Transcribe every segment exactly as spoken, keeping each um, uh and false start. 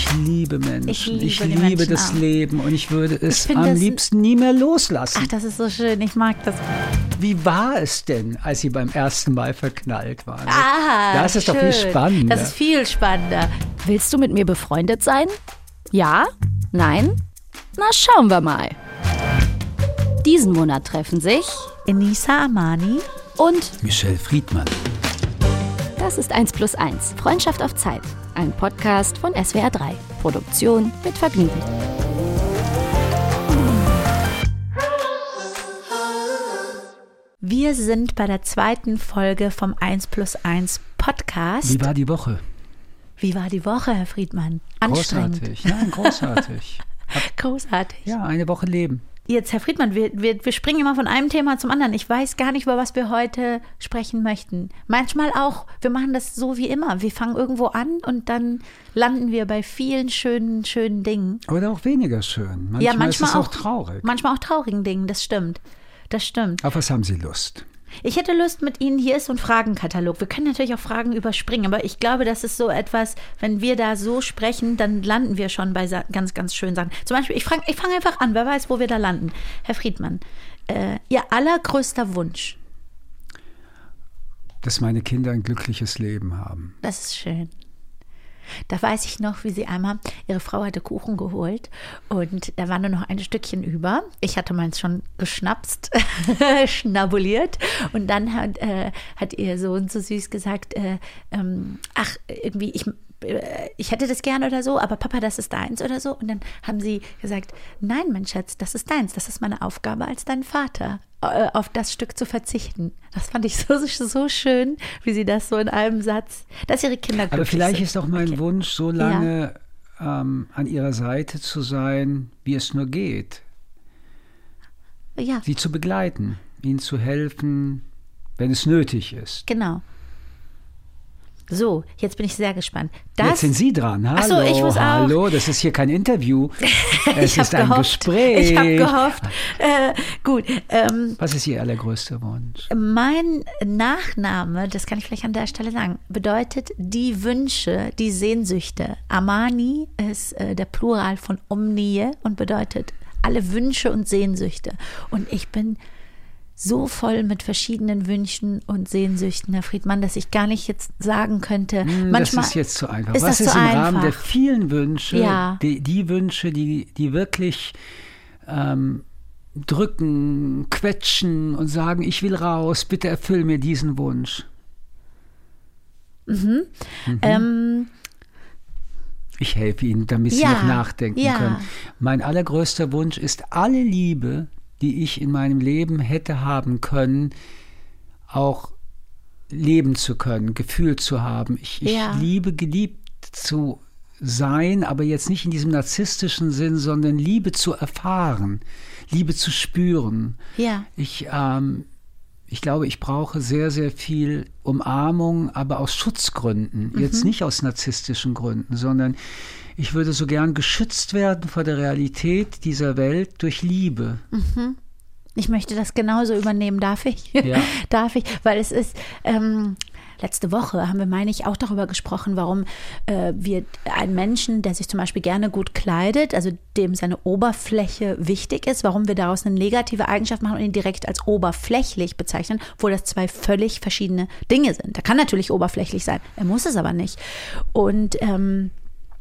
liebe Menschen. Ich liebe, ich die liebe Menschen das auch. Leben und ich würde es Ich am das- liebsten nie mehr loslassen. Ach, das ist so schön. Ich mag das. Wie war es denn, als Sie beim ersten Mal verknallt waren? Ah, das ist schön. doch viel spannender. Das ist viel spannender. Willst du mit mir befreundet sein? Ja? Nein? Na, schauen wir mal. Diesen Monat treffen sich Enisa Amani. und Michelle Friedmann. das ist eins plus eins. Freundschaft auf Zeit. Ein Podcast von S W R drei. Produktion mit Vergnügen. Wir sind bei der zweiten Folge vom eins plus eins Podcast. Wie war die Woche? Wie war die Woche, Herr Friedmann? Anstrengend. Großartig. Ja, großartig. Großartig. Ja, eine Woche Leben. Jetzt, Herr Friedmann, wir, wir, wir springen immer von einem Thema zum anderen. Ich weiß gar nicht, über was wir heute sprechen möchten. Manchmal auch, wir machen das so wie immer. Wir fangen irgendwo an und dann landen wir bei vielen schönen, schönen Dingen. Oder auch weniger schön. Manchmal, ja, manchmal ist es auch, auch traurig. Manchmal auch traurigen Dingen, das stimmt. Das stimmt. Auf was haben Sie Lust? Ich hätte Lust, mit Ihnen, hier ist so ein Fragenkatalog. Wir können natürlich auch Fragen überspringen, aber ich glaube, das ist so etwas, wenn wir da so sprechen, dann landen wir schon bei ganz, ganz schönen Sachen. Zum Beispiel, ich fange ich fang einfach an, wer weiß, wo wir da landen. Herr Friedmann, äh, Ihr allergrößter Wunsch? Dass meine Kinder ein glückliches Leben haben. Das ist schön. Da weiß ich noch, wie sie einmal, ihre Frau hatte Kuchen geholt und da war nur noch ein Stückchen über. Ich hatte meins schon geschnapst, schnabuliert und dann hat, äh, hat ihr Sohn so süß gesagt, äh, ähm, ach, irgendwie, ich, äh, ich hätte das gerne oder so, aber Papa, das ist deins oder so. Und dann haben sie gesagt, nein, mein Schatz, das ist deins, das ist meine Aufgabe als dein Vater, auf das Stück zu verzichten. Das fand ich so, so schön, wie sie das so in einem Satz, dass ihre Kinder glücklich Aber vielleicht sind. ist auch mein Okay. Wunsch, so lange ja. ähm, an ihrer Seite zu sein, wie es nur geht. Ja. Sie zu begleiten, ihnen zu helfen, wenn es nötig ist. Genau. So, jetzt bin ich sehr gespannt. Das, Jetzt sind Sie dran. Hallo, Ach so, ich muss auch. hallo, das ist hier kein Interview. Es ich ist hab ein gehofft, Gespräch. Ich habe gehofft. Äh, gut. Ähm, Was ist Ihr allergrößter Wunsch? mein Nachname, das kann ich vielleicht an der Stelle sagen, bedeutet die Wünsche, die Sehnsüchte. Amani ist äh, der Plural von Omnie und bedeutet alle Wünsche und Sehnsüchte. Und ich bin so voll mit verschiedenen Wünschen und Sehnsüchten, Herr Friedmann, dass ich gar nicht jetzt sagen könnte. Hm, manchmal das ist jetzt zu einfach. ist Was das ist zu im einfach? Rahmen der vielen Wünsche, Ja. die, die Wünsche, die, die wirklich ähm, drücken, quetschen und sagen, ich will raus, bitte erfüll mir diesen Wunsch. Mhm. Mhm. Ähm, Ich helfe Ihnen, damit Sie Ja, noch nachdenken ja. können. Mein allergrößter Wunsch ist, alle Liebe, die ich in meinem Leben hätte haben können, auch leben zu können, Gefühl zu haben. Ich, ich Ja. liebe, geliebt zu sein, aber jetzt nicht in diesem narzisstischen Sinn, sondern Liebe zu erfahren, Liebe zu spüren. ja. Ich, ähm, ich glaube, ich brauche sehr, sehr viel Umarmung, aber aus Schutzgründen. Mhm. Jetzt nicht aus narzisstischen Gründen, sondern ich würde so gern geschützt werden vor der Realität dieser Welt durch Liebe. Ich möchte das genauso übernehmen. Darf ich? Ja. Darf ich? Weil es ist, ähm, letzte Woche haben wir, meine ich, auch darüber gesprochen, warum äh, wir einen Menschen, der sich zum Beispiel gerne gut kleidet, also dem seine Oberfläche wichtig ist, warum wir daraus eine negative Eigenschaft machen und ihn direkt als oberflächlich bezeichnen, obwohl das zwei völlig verschiedene Dinge sind. Er kann natürlich oberflächlich sein, er muss es aber nicht. Und ähm,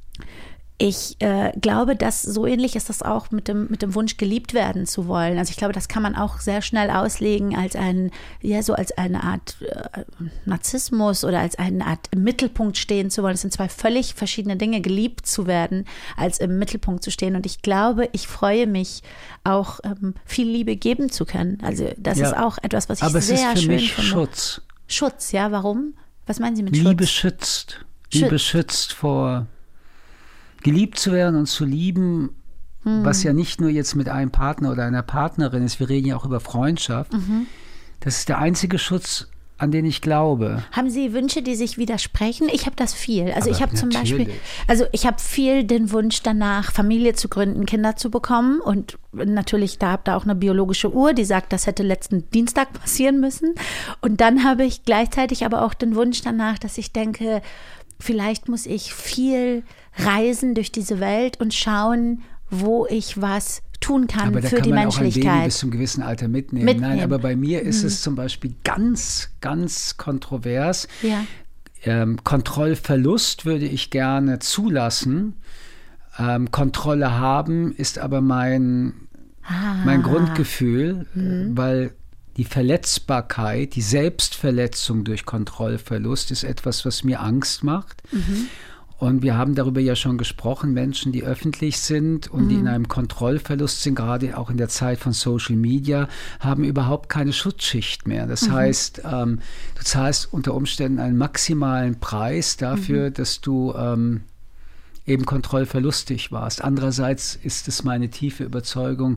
ich äh, glaube, dass so ähnlich ist das auch mit dem, mit dem Wunsch, geliebt werden zu wollen. Also ich glaube, das kann man auch sehr schnell auslegen als ein, ja, so als eine Art äh, Narzissmus oder als eine Art im Mittelpunkt stehen zu wollen. Es sind zwei völlig verschiedene Dinge, geliebt zu werden, als im Mittelpunkt zu stehen. Und ich glaube, ich freue mich auch, ähm, viel Liebe geben zu können. Also das Ja. ist auch etwas, was ich Aber es sehr ist für schön mich finde. Schutz. Schutz, ja, warum? Was meinen Sie mit Liebe Schutz? schützt. Schütz. Liebe schützt vor geliebt zu werden und zu lieben, Hm. was ja nicht nur jetzt mit einem Partner oder einer Partnerin ist, wir reden ja auch über Freundschaft. Mhm. Das ist der einzige Schutz, an den ich glaube. Haben Sie Wünsche, die sich widersprechen? Ich habe das viel. Also Aber ich habe zum Beispiel, natürlich. also ich habe viel den Wunsch danach, Familie zu gründen, Kinder zu bekommen. Und natürlich, da habe da auch eine biologische Uhr, die sagt, das hätte letzten Dienstag passieren müssen. Und dann habe ich gleichzeitig aber auch den Wunsch danach, dass ich denke, vielleicht muss ich viel reisen durch diese Welt und schauen, wo ich was tun kann aber da für kann die man auch Menschlichkeit. ein Baby bis zum gewissen Alter mitnehmen. mitnehmen. Nein, aber bei mir ist mhm. es zum Beispiel ganz, ganz kontrovers. Ja. Ähm, Kontrollverlust würde ich gerne zulassen. Ähm, Kontrolle haben ist aber mein, ah. mein Grundgefühl, mhm. weil die Verletzbarkeit, die Selbstverletzung durch Kontrollverlust ist etwas, was mir Angst macht. Mhm. Und wir haben darüber ja schon gesprochen, Menschen, die öffentlich sind und mhm. die in einem Kontrollverlust sind, gerade auch in der Zeit von Social Media, haben überhaupt keine Schutzschicht mehr. Das mhm. heißt, ähm, du zahlst unter Umständen einen maximalen Preis dafür, mhm. dass du ähm, eben kontrollverlustig warst. Andererseits ist es meine tiefe Überzeugung,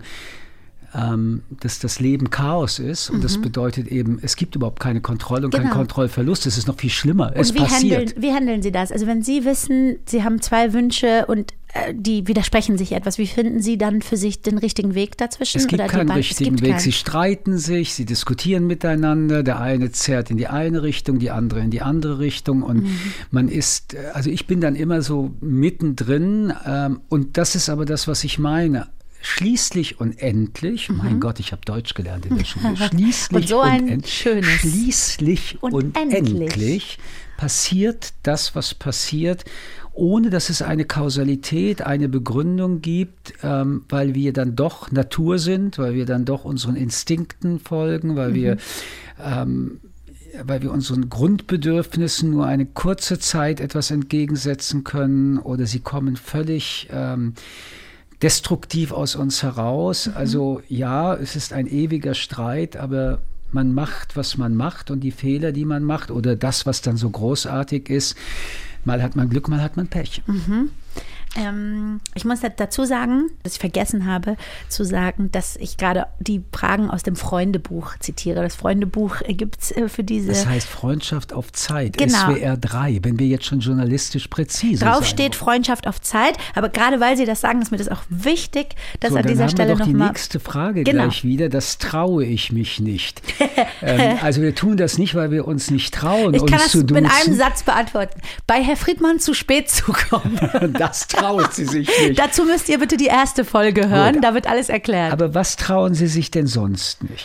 Ähm, dass das Leben Chaos ist und mhm. das bedeutet eben, es gibt überhaupt keine Kontrolle und genau. keinen Kontrollverlust. Es ist noch viel schlimmer. Und es wie passiert. Handeln, wie handeln Sie das? Also wenn Sie wissen, Sie haben zwei Wünsche und äh, die widersprechen sich etwas, wie finden Sie dann für sich den richtigen Weg dazwischen? Es gibt oder keinen die richtigen es gibt Weg. keinen. Sie streiten sich, sie diskutieren miteinander. Der eine zerrt in die eine Richtung, die andere in die andere Richtung und mhm. man ist, also ich bin dann immer so mittendrin ähm, und das ist aber das, was ich meine. Schließlich und endlich, mhm. mein Gott, ich habe Deutsch gelernt in der Schule, schließlich und so ein und end, schönes. Schließlich und, und endlich. endlich passiert das, was passiert, ohne dass es eine Kausalität, eine Begründung gibt, ähm, weil wir dann doch Natur sind, weil wir dann doch unseren Instinkten folgen, weil mhm. wir ähm, weil wir unseren Grundbedürfnissen nur eine kurze Zeit etwas entgegensetzen können oder sie kommen völlig ähm, destruktiv aus uns heraus. Mhm. Also ja, es ist ein ewiger Streit, aber man macht, was man macht und die Fehler, die man macht oder das, was dann so großartig ist, mal hat man Glück, mal hat man Pech. Mhm. Ähm, ich muss dazu sagen, dass ich vergessen habe zu sagen, dass ich gerade die Fragen aus dem Freundebuch zitiere. Das Freundebuch gibt es äh, für diese... Das heißt Freundschaft auf Zeit, genau. S W R drei, wenn wir jetzt schon journalistisch präzise Drauf sein steht wollen. Freundschaft auf Zeit, aber gerade weil Sie das sagen, ist mir das auch wichtig, dass so, an dieser Stelle nochmal... noch Dann haben wir doch die mal nächste Frage genau. gleich wieder, das traue ich mich nicht. ähm, also wir tun das nicht, weil wir uns nicht trauen, ich uns kann das zu duzen. in einem Satz beantworten. Bei Herr Friedmann zu spät zu kommen. Das traut sie sich nicht. Dazu müsst ihr bitte die erste Folge hören, Gut. Da wird alles erklärt. Aber was trauen Sie sich denn sonst nicht?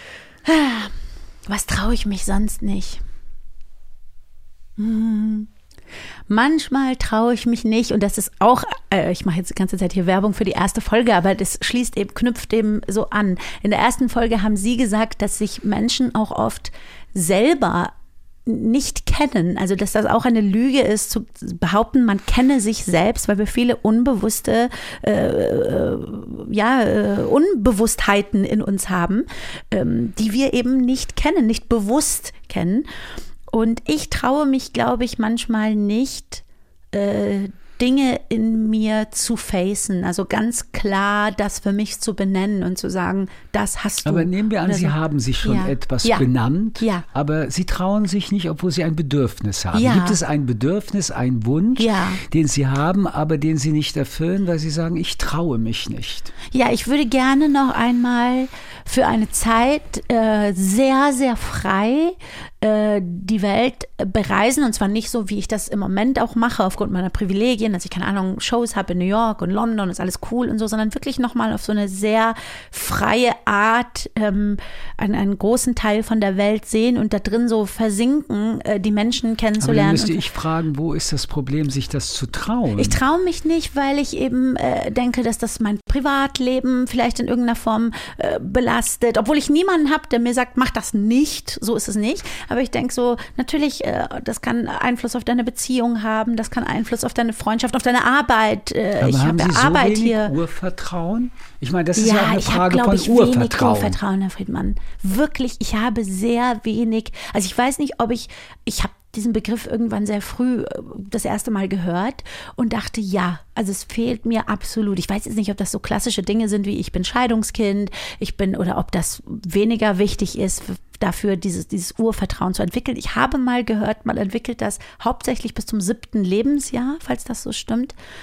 Was traue ich mich sonst nicht? Hm. Manchmal traue ich mich nicht und das ist auch, äh, ich mache jetzt die ganze Zeit hier Werbung für die erste Folge, aber das schließt eben, knüpft eben so an. In der ersten Folge haben Sie gesagt, dass sich Menschen auch oft selber nicht kennen, also dass das auch eine Lüge ist, zu behaupten, man kenne sich selbst, weil wir viele unbewusste äh, ja, äh, Unbewusstheiten in uns haben, ähm, die wir eben nicht kennen, nicht bewusst kennen. Und ich traue mich, glaube ich, manchmal nicht, äh, Dinge in mir zu facen, also ganz klar das für mich zu benennen und zu sagen, das hast du. Aber nehmen wir an, Sie so. haben sich schon ja. etwas ja. benannt, ja. aber Sie trauen sich nicht, obwohl Sie ein Bedürfnis haben. Ja. Gibt es ein Bedürfnis, einen Wunsch, ja. den Sie haben, aber den Sie nicht erfüllen, weil Sie sagen, ich traue mich nicht? Ja, ich würde gerne noch einmal für eine Zeit äh, sehr, sehr frei äh, die Welt bereisen und zwar nicht so, wie ich das im Moment auch mache, aufgrund meiner Privilegien, dass ich, keine Ahnung, Shows habe in New York und London, ist alles cool und so, sondern wirklich nochmal auf so eine sehr freie Art ähm, einen, einen großen Teil von der Welt sehen und da drin so versinken, äh, die Menschen kennenzulernen. Aber dann müsste ich fragen, wo ist das Problem, sich das zu trauen? Ich traue mich nicht, weil ich eben äh, denke, dass das mein Privatleben vielleicht in irgendeiner Form äh, belastet, obwohl ich niemanden habe, der mir sagt, mach das nicht, so ist es nicht, aber ich denke so, natürlich, äh, das kann Einfluss auf deine Beziehung haben, das kann Einfluss auf deine Freundschaft, auf deine Arbeit. Äh, aber ich haben habe Sie so Arbeit wenig hier. Urvertrauen? Ich meine, das ist ja, ja auch eine ich habe, Frage glaube von ich, Urvertrauen. wenig Urvertrauen, Herr Friedmann. Wirklich, ich habe sehr wenig, also ich weiß nicht, ob ich, ich habe diesen Begriff irgendwann sehr früh das erste Mal gehört und dachte, ja, also es fehlt mir absolut. Ich weiß jetzt nicht, ob das so klassische Dinge sind wie ich bin Scheidungskind, ich bin oder ob das weniger wichtig ist dafür, dieses, dieses Urvertrauen zu entwickeln. Ich habe mal gehört, man entwickelt das hauptsächlich bis zum siebten Lebensjahr, falls das so stimmt.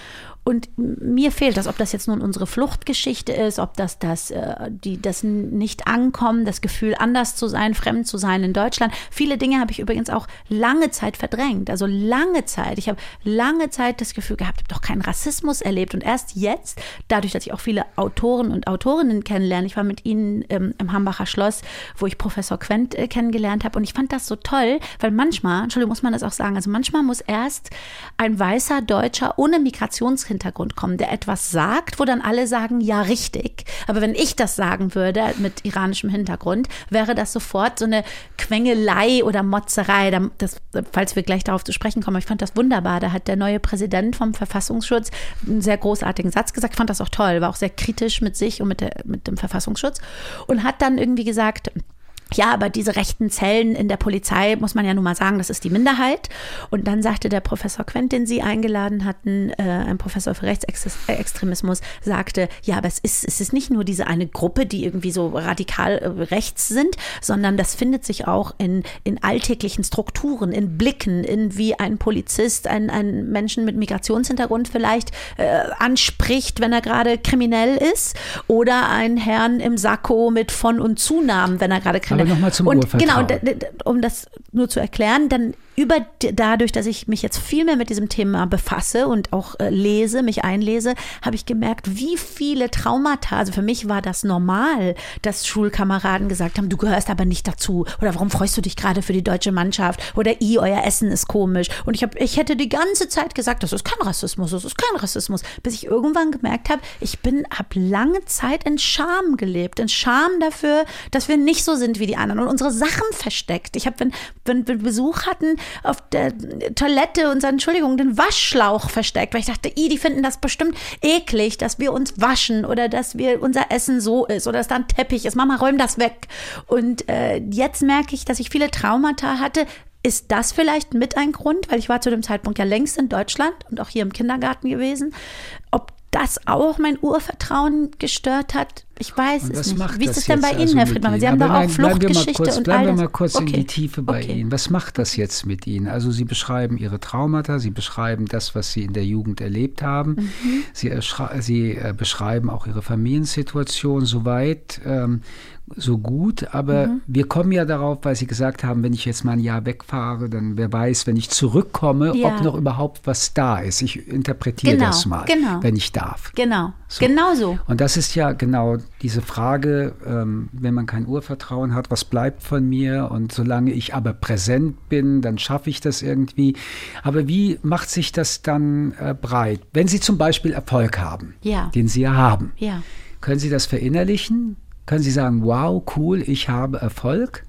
Und mir fehlt das, ob das jetzt nun unsere Fluchtgeschichte ist, ob das das, äh, die, das Nicht-Ankommen, das Gefühl, anders zu sein, fremd zu sein in Deutschland. Viele Dinge habe ich übrigens auch lange Zeit verdrängt. Also lange Zeit. Ich habe lange Zeit das Gefühl gehabt, ich habe doch keinen Rassismus erlebt. Und erst jetzt, dadurch, dass ich auch viele Autoren und Autorinnen kennenlerne, ich war mit ihnen ähm, im Hambacher Schloss, wo ich Professor Quent äh, kennengelernt habe. Und ich fand das so toll, weil manchmal, Entschuldigung, muss man das auch sagen, also manchmal muss erst ein weißer Deutscher ohne Migrationshintergrund Hintergrund kommen, der etwas sagt, wo dann alle sagen, ja, richtig. Aber wenn ich das sagen würde mit iranischem Hintergrund, wäre das sofort so eine Quengelei oder Motzerei. Das, falls wir gleich darauf zu sprechen kommen, ich fand das wunderbar. Da hat der neue Präsident vom Verfassungsschutz einen sehr großartigen Satz gesagt. Ich fand das auch toll, war auch sehr kritisch mit sich und mit, der, mit dem Verfassungsschutz und hat dann irgendwie gesagt, ja, aber diese rechten Zellen in der Polizei, muss man ja nun mal sagen, das ist die Minderheit. Und dann sagte der Professor Quent, den Sie eingeladen hatten, äh, ein Professor für Rechtsextremismus, sagte, ja, aber es ist, es ist nicht nur diese eine Gruppe, die irgendwie so radikal äh, rechts sind, sondern das findet sich auch in, in alltäglichen Strukturen, in Blicken, in wie ein Polizist einen, einen Menschen mit Migrationshintergrund vielleicht äh, anspricht, wenn er gerade kriminell ist, oder einen Herrn im Sakko mit Von- und Zunamen, wenn er gerade kriminell ist. Aber nochmal zum und Urvertrauen. Genau, um das nur zu erklären, dann über dadurch, dass ich mich jetzt viel mehr mit diesem Thema befasse und auch äh, lese, mich einlese, habe ich gemerkt, wie viele Traumata, also für mich war das normal, dass Schulkameraden gesagt haben, du gehörst aber nicht dazu oder warum freust du dich gerade für die deutsche Mannschaft oder i, euer Essen ist komisch und ich habe, ich hätte die ganze Zeit gesagt, das ist kein Rassismus, das ist kein Rassismus, bis ich irgendwann gemerkt habe, ich bin, habe lange Zeit in Scham gelebt, in Scham dafür, dass wir nicht so sind wie die anderen und unsere Sachen versteckt. Ich habe, wenn, wenn wir Besuch hatten, auf der Toilette unseren, Entschuldigung, den Waschschlauch versteckt, weil ich dachte, i, die finden das bestimmt eklig, dass wir uns waschen oder dass wir unser Essen so ist oder dass da ein Teppich ist. Mama, räum das weg. Und äh, jetzt merke ich, dass ich viele Traumata hatte. Ist das vielleicht mit ein Grund? Weil ich war zu dem Zeitpunkt ja längst in Deutschland und auch hier im Kindergarten gewesen. Ob das auch mein Urvertrauen gestört hat? Ich weiß es nicht. Wie ist es denn bei Ihnen, also Herr Friedmann? Sie haben doch auch Fluchtgeschichte und all das. Bleiben wir mal kurz okay. in die Tiefe bei okay. Ihnen. Was macht das jetzt mit Ihnen? Also Sie beschreiben Ihre Traumata, Sie beschreiben das, was Sie in der Jugend erlebt haben. Mhm. Sie, Sie äh, beschreiben auch Ihre Familiensituation soweit, ähm, so gut. Aber mhm. wir kommen ja darauf, weil Sie gesagt haben, wenn ich jetzt mal ein Jahr wegfahre, dann wer weiß, wenn ich zurückkomme, ja. ob noch überhaupt was da ist. Ich interpretiere genau, das mal, genau. wenn ich darf. Genau, so. genau so. Und das ist ja genau diese Frage, ähm, wenn man kein Urvertrauen hat, was bleibt von mir? Und solange ich aber präsent bin, dann schaffe ich das irgendwie. Aber wie macht sich das dann äh, breit? Wenn Sie zum Beispiel Erfolg haben, ja. den Sie ja haben, ja. können Sie das verinnerlichen? Können Sie sagen, wow, cool, ich habe Erfolg?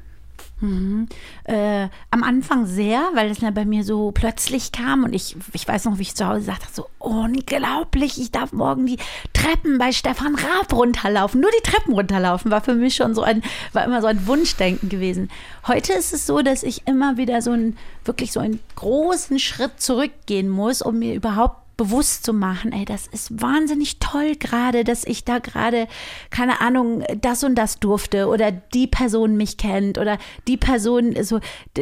Mhm. Äh, am Anfang sehr, weil es ja bei mir so plötzlich kam und ich, ich weiß noch, wie ich zu Hause sagte, so unglaublich, ich darf morgen die Treppen bei Stefan Raab runterlaufen, nur die Treppen runterlaufen, war für mich schon so ein, war immer so ein Wunschdenken gewesen. Heute ist es so, dass ich immer wieder so einen, wirklich so einen großen Schritt zurückgehen muss, um mir überhaupt bewusst zu machen, ey, das ist wahnsinnig toll gerade, dass ich da gerade, keine Ahnung, das und das durfte oder die Person mich kennt oder die Person so,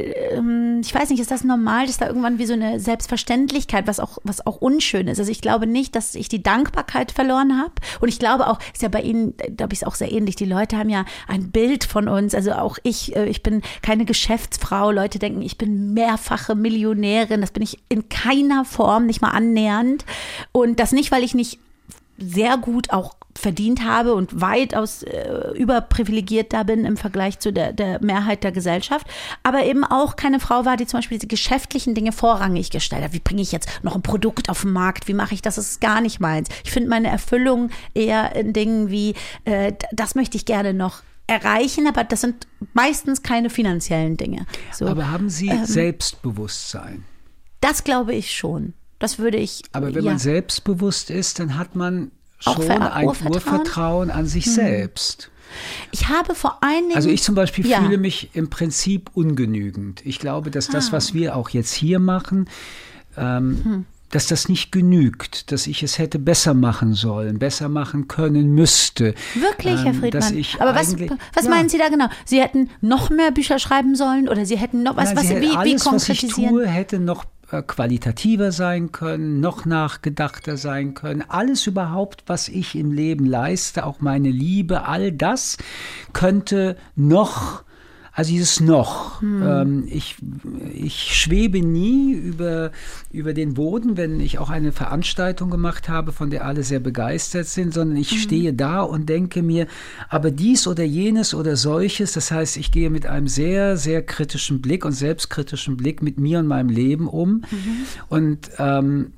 ich weiß nicht, ist das normal, dass da irgendwann wie so eine Selbstverständlichkeit, was auch, was auch unschön ist. Also ich glaube nicht, dass ich die Dankbarkeit verloren habe und ich glaube auch, ist ja bei Ihnen, glaube ich, ist auch sehr ähnlich, die Leute haben ja ein Bild von uns, also auch ich, ich bin keine Geschäftsfrau, Leute denken, ich bin mehrfache Millionärin, das bin ich in keiner Form, nicht mal annähernd. Und das nicht, weil ich nicht sehr gut auch verdient habe und weitaus äh, überprivilegiert da bin im Vergleich zu der, der Mehrheit der Gesellschaft, aber eben auch keine Frau war, die zum Beispiel diese geschäftlichen Dinge vorrangig gestellt hat. Wie bringe ich jetzt noch ein Produkt auf den Markt? Wie mache ich das? Das ist gar nicht meins. Ich finde meine Erfüllung eher in Dingen wie, äh, das möchte ich gerne noch erreichen, aber das sind meistens keine finanziellen Dinge. So, aber haben Sie ähm, Selbstbewusstsein? Das glaube ich schon. Das würde ich. Aber wenn ja. man selbstbewusst ist, dann hat man schon Auch ein Urvertrauen? Urvertrauen an sich hm. selbst. Ich habe vor allen Dingen. Also ich zum Beispiel ja. fühle mich im Prinzip ungenügend. Ich glaube, dass das, was wir auch jetzt hier machen, ähm, hm. dass das nicht genügt, dass ich es hätte besser machen sollen, besser machen können müsste. Wirklich, ähm, Herr Friedmann? Dass ich Aber was, was ja. meinen Sie da genau? Sie hätten noch mehr Bücher schreiben sollen oder Sie hätten noch was, Nein, was Sie wie, alles, wie konkretisieren? was ich tue, hätte noch äh, qualitativer sein können, noch nachgedachter sein können. Alles überhaupt, was ich im Leben leiste, auch meine Liebe, all das könnte noch, also dieses noch. Hm. Ähm, ich, ich schwebe nie über, über den Boden, wenn ich auch eine Veranstaltung gemacht habe, von der alle sehr begeistert sind, sondern ich hm. stehe da und denke mir, aber dies oder jenes oder solches, das heißt, ich gehe mit einem sehr, sehr kritischen Blick und selbstkritischen Blick mit mir und meinem Leben um. Mhm. Und ähm,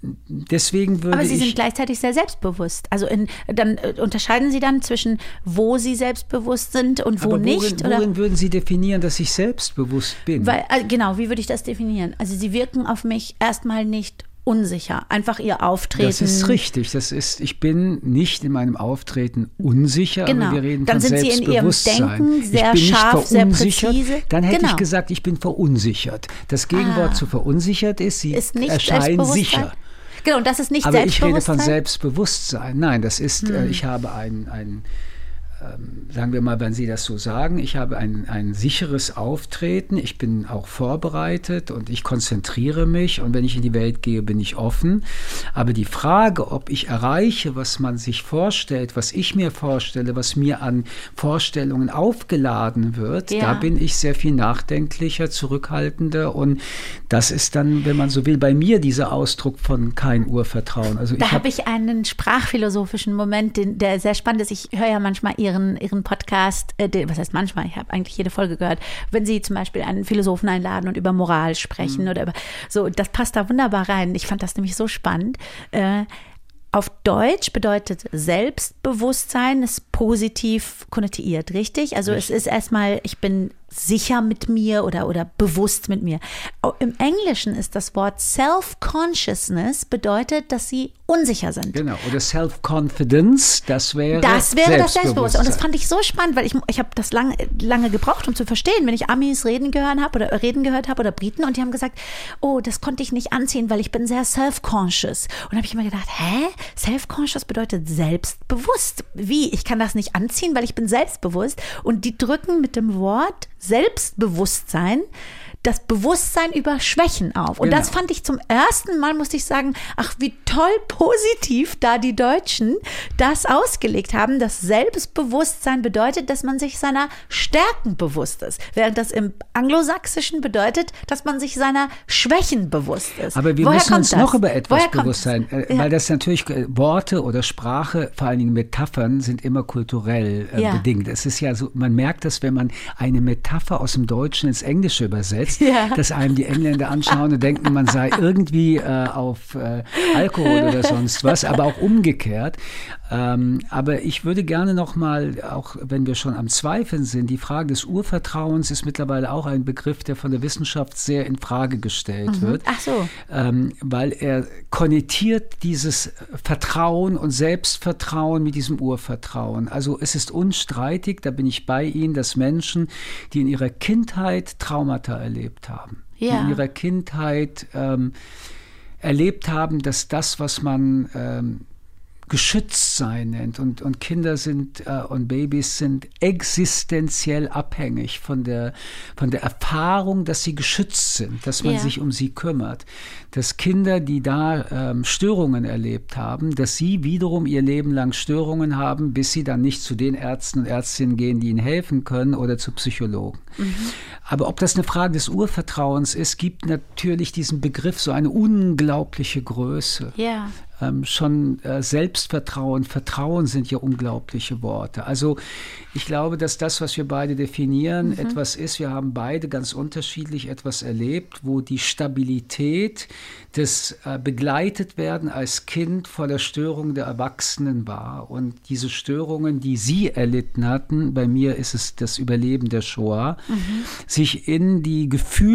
deswegen würde Aber Sie ich sind gleichzeitig sehr selbstbewusst. Also in, dann äh, unterscheiden Sie dann zwischen, wo Sie selbstbewusst sind und wo aber worin, nicht? Oder? Worin würden Sie definieren, dass ich selbstbewusst bin? Weil, äh, genau, wie würde ich das definieren? Also Sie wirken auf mich erstmal nicht unsicher. Einfach Ihr Auftreten. Das ist richtig. Das ist, ich bin nicht in meinem Auftreten unsicher, genau. aber wir reden dann von sind Sie in Ihrem Denken sehr ich bin scharf, nicht sehr präzise. Dann hätte genau. ich gesagt, ich bin verunsichert. Das Gegenwort ah. zu verunsichert ist, sie ist nicht erscheinen sicher. Genau, und das ist nicht aber Selbstbewusstsein? Aber ich rede von Selbstbewusstsein. Nein, das ist, hm. äh, ich habe ein, ein ähm, sagen wir mal, wenn Sie das so sagen, ich habe ein, ein sicheres Auftreten, ich bin auch vorbereitet und ich konzentriere mich und wenn ich in die Welt gehe, bin ich offen. Aber die Frage, ob ich erreiche, was man sich vorstellt, was ich mir vorstelle, was mir an Vorstellungen aufgeladen wird, ja. da bin ich sehr viel nachdenklicher, zurückhaltender und das ist dann, wenn man so will, bei mir dieser Ausdruck von kein Urvertrauen. Also da habe hab ich einen sprachphilosophischen Moment, den, der sehr spannend ist. Ich höre ja manchmal Ihren, Ihren Podcast, äh, den, was heißt manchmal, ich habe eigentlich jede Folge gehört, wenn Sie zum Beispiel einen Philosophen einladen und über Moral sprechen mhm. oder über, so, das passt da wunderbar rein. Ich fand das nämlich so spannend. Äh, Auf Deutsch bedeutet Selbstbewusstsein ist positiv konnotiert, richtig? Also richtig. Es ist erstmal, ich bin sicher mit mir oder, oder bewusst mit mir. Im Englischen ist das Wort Self-Consciousness bedeutet, dass sie unsicher sind. Genau, oder Self-Confidence, das wäre Das wäre das Selbstbewusstsein. Selbstbewusstsein. Und das fand ich so spannend, weil ich, ich habe das lange, lange gebraucht, um zu verstehen, wenn ich Amis reden gehört habe oder reden gehört habe oder Briten und die haben gesagt, oh, das konnte ich nicht anziehen, weil ich bin sehr self-conscious. Und da habe ich immer gedacht, hä? Self-conscious bedeutet selbstbewusst. Wie? Ich kann das nicht anziehen, weil ich bin selbstbewusst. Und die drücken mit dem Wort Selbstbewusstsein das Bewusstsein über Schwächen auf. Und genau. das fand ich zum ersten Mal, musste ich sagen, ach, wie toll positiv da die Deutschen das ausgelegt haben. Das Selbstbewusstsein bedeutet, dass man sich seiner Stärken bewusst ist. Während das im Anglosächsischen bedeutet, dass man sich seiner Schwächen bewusst ist. Aber wir Woher müssen uns das? noch über etwas Woher bewusst sein. Äh, ja. Weil das natürlich, äh, Worte oder Sprache, vor allen Dingen Metaphern, sind immer kulturell äh, ja. bedingt. Es ist ja so, man merkt das, wenn man eine Metapher aus dem Deutschen ins Englische übersetzt, Ja. dass einem die Engländer anschauen und denken, man sei irgendwie äh, auf äh, Alkohol oder sonst was, aber auch umgekehrt. Ähm, aber ich würde gerne noch mal, auch wenn wir schon am Zweifeln sind, die Frage des Urvertrauens ist mittlerweile auch ein Begriff, der von der Wissenschaft sehr in Frage gestellt mhm. wird. Ach so. Ähm, weil er konnotiert dieses Vertrauen und Selbstvertrauen mit diesem Urvertrauen. Also es ist unstreitig, da bin ich bei Ihnen, dass Menschen, die in ihrer Kindheit Traumata erleben, haben, ja. die in ihrer Kindheit ähm, erlebt haben, dass das, was man ähm, geschützt sein nennt und, und Kinder sind äh, und Babys sind existenziell abhängig von der, von der Erfahrung, dass sie geschützt sind, dass man ja. sich um sie kümmert. Dass Kinder, die da ähm, Störungen erlebt haben, dass sie wiederum ihr Leben lang Störungen haben, bis sie dann nicht zu den Ärzten und Ärztinnen gehen, die ihnen helfen können oder zu Psychologen. Mhm. Aber ob das eine Frage des Urvertrauens ist, gibt natürlich diesen Begriff so eine unglaubliche Größe. Ja. Ähm, schon äh, Selbstvertrauen, Vertrauen sind ja unglaubliche Worte. Also ich glaube, dass das, was wir beide definieren, mhm. etwas ist, wir haben beide ganz unterschiedlich etwas erlebt, wo die Stabilität des äh, begleitet werden als Kind vor der Störung der Erwachsenen war. Und diese Störungen, die sie erlitten hatten, bei mir ist es das Überleben der Shoah, mhm. sich in die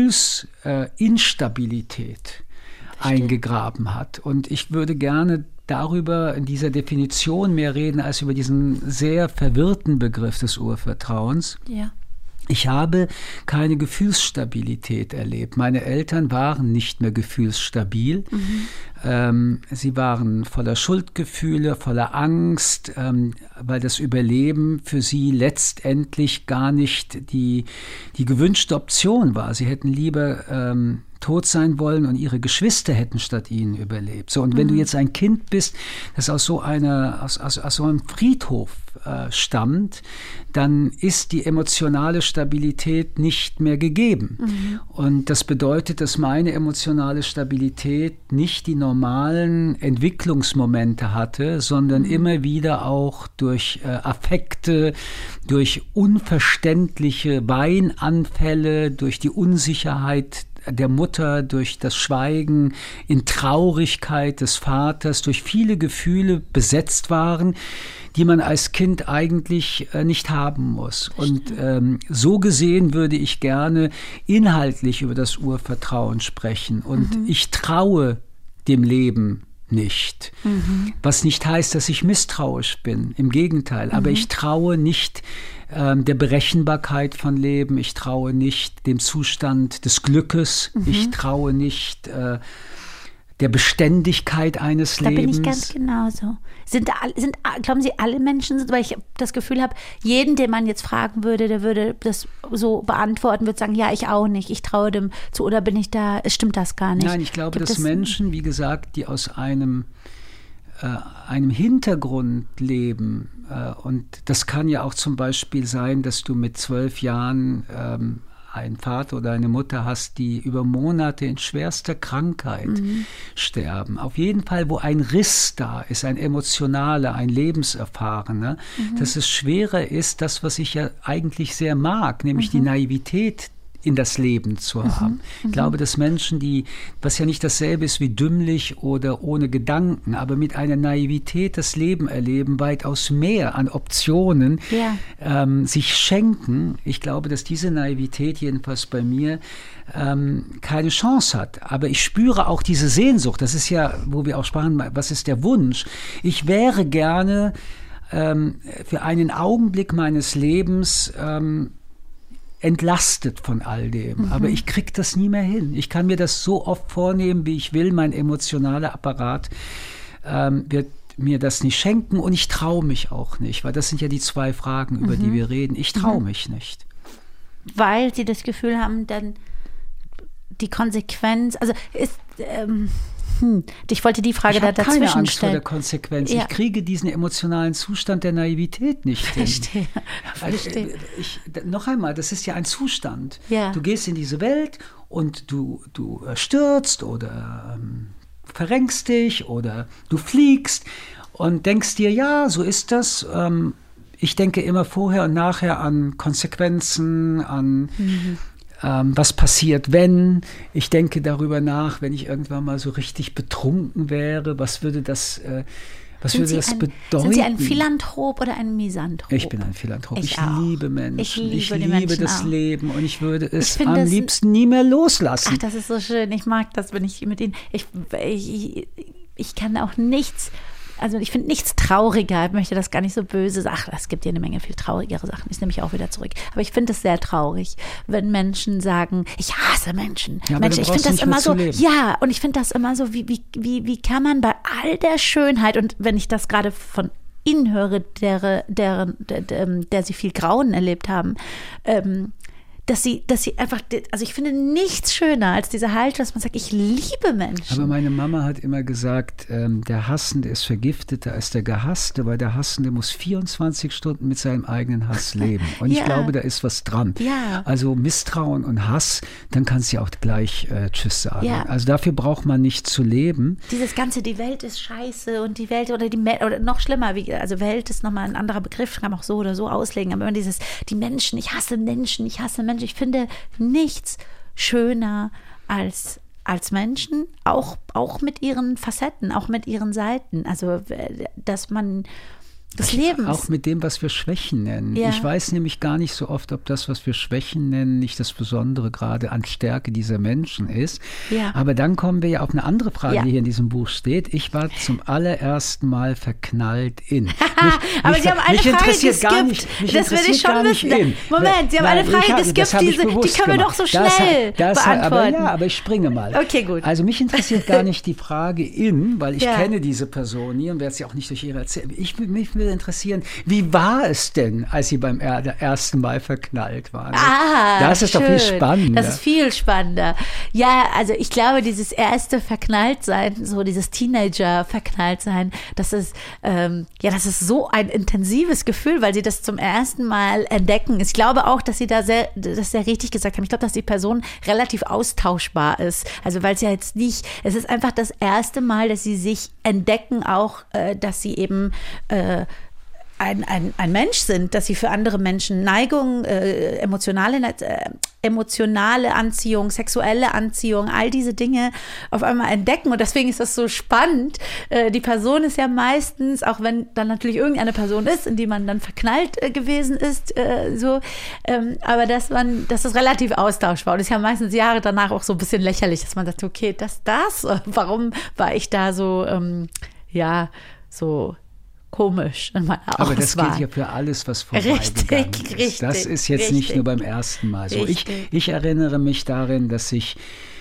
Gefühlsinstabilität äh, eingegraben hat. Und ich würde gerne darüber in dieser Definition mehr reden, als über diesen sehr verwirrten Begriff des Urvertrauens. Ja. Ich habe keine Gefühlsstabilität erlebt. Meine Eltern waren nicht mehr gefühlsstabil. Mhm. Ähm, sie waren voller Schuldgefühle, voller Angst, ähm, weil das Überleben für sie letztendlich gar nicht die, die gewünschte Option war. Sie hätten lieber ähm, tot sein wollen und ihre Geschwister hätten statt ihnen überlebt. So, und wenn mhm. du jetzt ein Kind bist, das aus so einer, aus, aus, aus so einem Friedhof äh, stammt, dann ist die emotionale Stabilität nicht mehr gegeben. Mhm. Und das bedeutet, dass meine emotionale Stabilität nicht die normalen Entwicklungsmomente hatte, sondern mhm. immer wieder auch durch äh, Affekte, durch unverständliche Weinanfälle, durch die Unsicherheit der Mutter, durch das Schweigen, in Traurigkeit des Vaters, durch viele Gefühle besetzt waren, die man als Kind eigentlich äh, nicht haben muss. Und ähm, so gesehen würde ich gerne inhaltlich über das Urvertrauen sprechen. Und mhm. ich traue dem Leben nicht. Mhm. Was nicht heißt, dass ich misstrauisch bin. Im Gegenteil. Aber mhm. ich traue nicht ähm, der Berechenbarkeit von Leben. Ich traue nicht dem Zustand des Glückes. Mhm. Ich traue nicht äh, der Beständigkeit eines da Lebens. Da bin ich ganz genauso. Sind, sind, glauben Sie, alle Menschen sind, weil ich das Gefühl habe, jeden, den man jetzt fragen würde, der würde das so beantworten, würde sagen, ja, ich auch nicht, ich traue dem zu, oder bin ich da, stimmt das gar nicht? Nein, ich glaube, Gibt dass Menschen, wie gesagt, die aus einem, äh, einem Hintergrund leben, äh, und das kann ja auch zum Beispiel sein, dass du mit zwölf Jahren ähm, einen Vater oder eine Mutter hast, die über Monate in schwerster Krankheit mhm. sterben. Auf jeden Fall, wo ein Riss da ist, ein emotionaler, ein lebenserfahrener, mhm. dass es schwerer ist, das, was ich ja eigentlich sehr mag, nämlich mhm. die Naivität in das Leben zu haben. Mhm. Ich glaube, dass Menschen, die, was ja nicht dasselbe ist wie dümmlich oder ohne Gedanken, aber mit einer Naivität das Leben erleben, weitaus mehr an Optionen ja. ähm, sich schenken. Ich glaube, dass diese Naivität, jedenfalls bei mir, ähm, keine Chance hat. Aber ich spüre auch diese Sehnsucht. Das ist ja, wo wir auch sprachen, was ist der Wunsch? Ich wäre gerne ähm, für einen Augenblick meines Lebens ähm, entlastet von all dem. Mhm. Aber ich kriege das nie mehr hin. Ich kann mir das so oft vornehmen, wie ich will. Mein emotionaler Apparat ähm, wird mir das nicht schenken und ich traue mich auch nicht, weil das sind ja die zwei Fragen, über mhm. die wir reden. Ich traue mhm. mich nicht. Weil Sie das Gefühl haben, dann die Konsequenz, also ist, ähm, hm, ich wollte die Frage ich da dazwischen keine Angst stellen. vor der Konsequenz. Ja. Ich kriege diesen emotionalen Zustand der Naivität nicht hin. Verstehe. Verstehe. Ich, noch einmal, das ist ja ein Zustand. Ja. Du gehst in diese Welt und du, du stürzt oder ähm, verrenkst dich oder du fliegst und denkst dir, ja, so ist das. Ähm, ich denke immer vorher und nachher an Konsequenzen, an mhm. ähm, was passiert, wenn. Ich denke darüber nach, wenn ich irgendwann mal so richtig betrunken wäre, was würde das, äh, was sind würde Sie das ein, bedeuten? Sind Sie ein Philanthrop oder ein Misanthrop? Ich bin ein Philanthrop. Ich, ich liebe Menschen. Ich liebe, ich die liebe Menschen das auch. Leben und ich würde es ich am das, liebsten nie mehr loslassen. Ach, das ist so schön. Ich mag das, wenn ich mit Ihnen. Ich, ich, ich kann auch nichts. Also ich finde nichts trauriger, ich möchte das gar nicht so böse sagen. Ach, es gibt hier eine Menge viel traurigere Sachen, das nehme ich auch wieder zurück. Aber ich finde es sehr traurig, wenn Menschen sagen, ich hasse Menschen. Ja, Mensch, ich finde das immer so, leben. ja, und ich finde das immer so, wie, wie, wie, wie kann man bei all der Schönheit, und wenn ich das gerade von Ihnen höre, der, der, der, der, der Sie viel Grauen erlebt haben, ähm, dass sie, dass sie einfach, also ich finde nichts schöner als diese Haltung, dass man sagt, ich liebe Menschen. Aber meine Mama hat immer gesagt, ähm, der Hassende ist vergifteter als der Gehasste, weil der Hassende muss vierundzwanzig Stunden mit seinem eigenen Hass leben. Und ja. ich glaube, da ist was dran. Ja. Also Misstrauen und Hass, dann kannst du ja auch gleich äh, Tschüss sagen. Ja. Also dafür braucht man nicht zu leben. Dieses ganze, die Welt ist scheiße und die Welt oder die oder noch schlimmer, wie, also Welt ist nochmal ein anderer Begriff, kann man auch so oder so auslegen, aber immer dieses, die Menschen, ich hasse Menschen, ich hasse Menschen. Ich finde nichts schöner als, als Menschen, auch, auch mit ihren Facetten, auch mit ihren Seiten. Also, dass man, des Lebens. Auch mit dem, was wir Schwächen nennen. Ja. Ich weiß nämlich gar nicht so oft, ob das, was wir Schwächen nennen, nicht das Besondere gerade an Stärke dieser Menschen ist. Ja. Aber dann kommen wir ja auf eine andere Frage, Ja. die hier in diesem Buch steht. Ich war zum allerersten Mal verknallt in. Mich, Aber mich, Sie haben eine mich Frage interessiert gar geskippt. nicht, mich Das will ich interessiert schon gar nicht wissen. in. Moment, Sie haben eine Frage ich hab- geskippt, das hab ich diese- die bewusst können wir gemacht. doch so Das- schnell das- Aber beantworten. ja, aber ich springe mal. Okay, gut. Also mich interessiert gar nicht die Frage in, weil ich Ja. kenne diese Person nie und werde sie auch nicht durch ihre erzählen. Ich, mich würde interessieren, wie war es denn, als Sie beim er ersten Mal verknallt waren? Ah, das ist schön. doch viel spannender. Das ist viel spannender. Ja, also ich glaube, dieses erste Verknalltsein, so dieses Teenager-Verknalltsein, das ist, ähm, ja, das ist so ein intensives Gefühl, weil sie das zum ersten Mal entdecken. Ich glaube auch, dass Sie da sehr, das sehr richtig gesagt haben. Ich glaube, dass die Person relativ austauschbar ist. Also weil es ja jetzt nicht, es ist einfach das erste Mal, dass sie sich entdecken, auch, äh, dass sie eben äh, ein, ein, ein Mensch sind, dass sie für andere Menschen Neigung, äh, emotionale, äh, emotionale Anziehung, sexuelle Anziehung, all diese Dinge auf einmal entdecken. Und deswegen ist das so spannend. Äh, die Person ist ja meistens, auch wenn dann natürlich irgendeine Person ist, in die man dann verknallt äh, gewesen ist, äh, so, ähm, aber dass man, dass es relativ austauschbar und es ist ja meistens Jahre danach auch so ein bisschen lächerlich, dass man sagt, okay, das, das, warum war ich da so, ähm, ja, so komisch in meiner Auswahl. Aber das gilt ja für alles, was vorbeigegangen Richtig, ist. richtig, Das ist jetzt richtig. nicht nur beim ersten Mal so. Ich, Richtig. ich erinnere mich darin, dass sich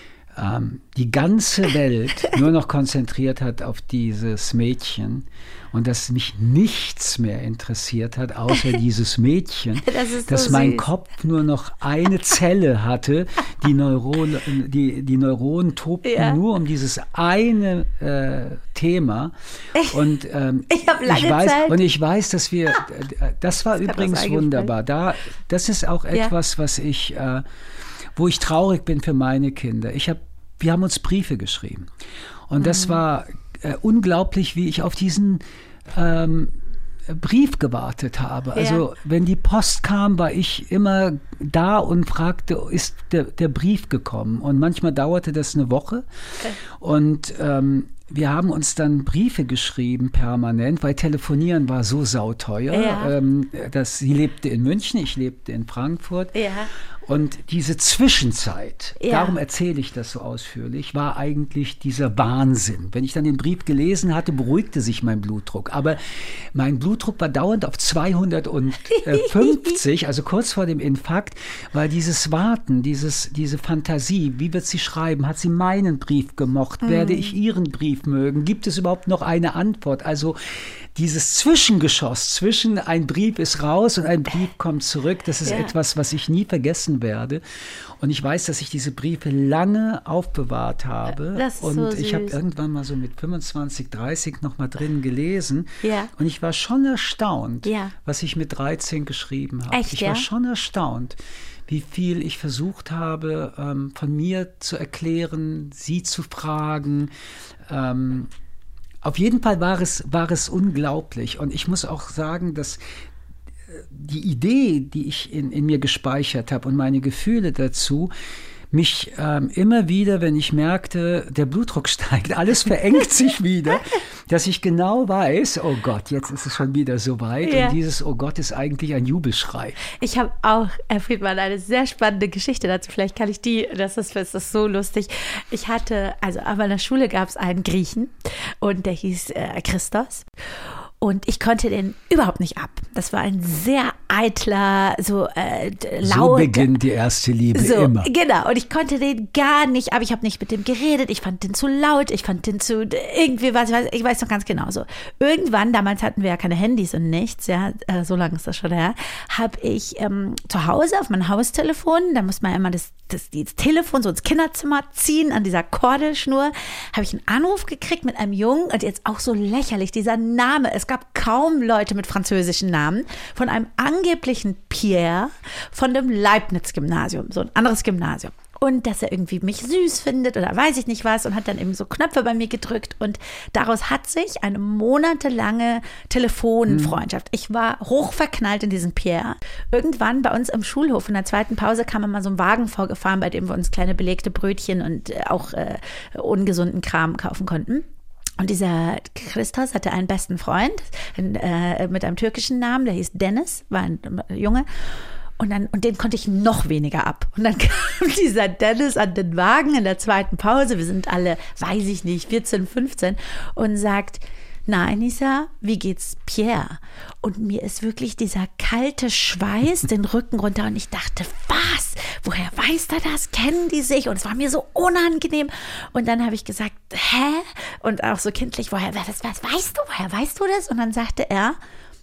ähm, die ganze Welt nur noch konzentriert hat auf dieses Mädchen und dass mich nichts mehr interessiert hat, außer dieses Mädchen, Das ist so dass mein süß. Kopf nur noch eine Zelle hatte, die, Neuron, die, die Neuronen tobten Ja. nur um dieses eine äh, Thema. Und ähm, Ich hab lange weiß, Zeit- Und ich weiß, dass wir, äh, das war Ist grad übrigens was eingefallen. wunderbar. Da, das ist auch Ja. etwas, was ich, äh, wo ich traurig bin für meine Kinder. Ich hab, wir haben uns Briefe geschrieben. Und das Mhm. war äh, unglaublich, wie ich auf diesen ähm, Brief gewartet habe. Also wenn die Post kam, war ich immer da und fragte, ist der, der Brief gekommen? Und manchmal dauerte das eine Woche. Und ähm, wir haben uns dann Briefe geschrieben permanent, weil Telefonieren war so sauteuer. Ja. Ähm, das, sie lebte in München, ich lebte in Frankfurt. Ja. Und diese Zwischenzeit, Ja. darum erzähle ich das so ausführlich, war eigentlich dieser Wahnsinn. Wenn ich dann den Brief gelesen hatte, beruhigte sich mein Blutdruck. Aber mein Blutdruck war dauernd auf zweihundertfünfzig, also kurz vor dem Infarkt, weil dieses Warten, dieses, diese Fantasie, wie wird sie schreiben? Hat sie meinen Brief gemocht? Werde ich ihren Brief mögen? Gibt es überhaupt noch eine Antwort? Also dieses Zwischengeschoss zwischen ein Brief ist raus und ein Brief kommt zurück, das ist Ja. etwas, was ich nie vergessen werde. Und ich weiß, dass ich diese Briefe lange aufbewahrt habe. Das ist und so ich habe süß. irgendwann mal so mit fünfundzwanzig, dreißig noch mal drin gelesen. Ja. Und ich war schon erstaunt, Ja. was ich mit dreizehn geschrieben habe. Echt, ich ja? war schon erstaunt, wie viel ich versucht habe, ähm, von mir zu erklären, sie zu fragen. Ähm, auf jeden Fall war es, war es unglaublich. Und ich muss auch sagen, dass die Idee, die ich in, in mir gespeichert habe und meine Gefühle dazu, mich ähm, immer wieder, wenn ich merkte, der Blutdruck steigt, alles verengt sich wieder, dass ich genau weiß, oh Gott, jetzt ist es schon wieder so weit. Ja. Und dieses Oh Gott ist eigentlich ein Jubelschrei. Ich habe auch, Herr Friedmann, eine sehr spannende Geschichte dazu. Vielleicht kann ich die, das ist, das ist so lustig. Ich hatte, also an meiner Schule gab es einen Griechen und der hieß äh, Christos. Und ich konnte den überhaupt nicht ab. Das war ein sehr eitler, so äh, laut. So beginnt die erste Liebe So, immer. genau. Und ich konnte den gar nicht, aber ich habe nicht mit dem geredet. Ich fand den zu laut. Ich fand den zu irgendwie was. Ich weiß, ich weiß noch ganz genau so. Irgendwann, damals hatten wir ja keine Handys und nichts, ja, äh, so lange ist das schon her, habe ich ähm, zu Hause auf mein Haustelefon, da muss man ja immer das, das, das Telefon so ins Kinderzimmer ziehen, an dieser Kordelschnur, habe ich einen Anruf gekriegt mit einem Jungen und jetzt auch so lächerlich, dieser Name. Es gab kaum Leute mit französischen Namen, von einem angeblichen Pierre von dem Leibniz-Gymnasium, so ein anderes Gymnasium. Und dass er irgendwie mich süß findet oder weiß ich nicht was und hat dann eben so Knöpfe bei mir gedrückt und daraus hat sich eine monatelange Telefonfreundschaft. Ich war hochverknallt in diesen Pierre. Irgendwann bei uns im Schulhof in der zweiten Pause kam immer so ein Wagen vorgefahren, bei dem wir uns kleine belegte Brötchen und äh, auch äh, ungesunden Kram kaufen konnten. Und dieser Christos hatte einen besten Freund äh, mit einem türkischen Namen, der hieß Dennis, war ein Junge. Und, dann, und den konnte ich noch weniger ab. Und dann kam dieser Dennis an den Wagen in der zweiten Pause. Wir sind alle, weiß ich nicht, vierzehn, fünfzehn und sagt, na, Enisa, wie geht's Pierre? Und mir ist wirklich dieser kalte Schweiß den Rücken runter und ich dachte, was? Woher weiß er das? Kennen die sich? Und es war mir so unangenehm. Und dann habe ich gesagt, hä? Und auch so kindlich, woher, was, was weißt du? Woher weißt du das? Und dann sagte er,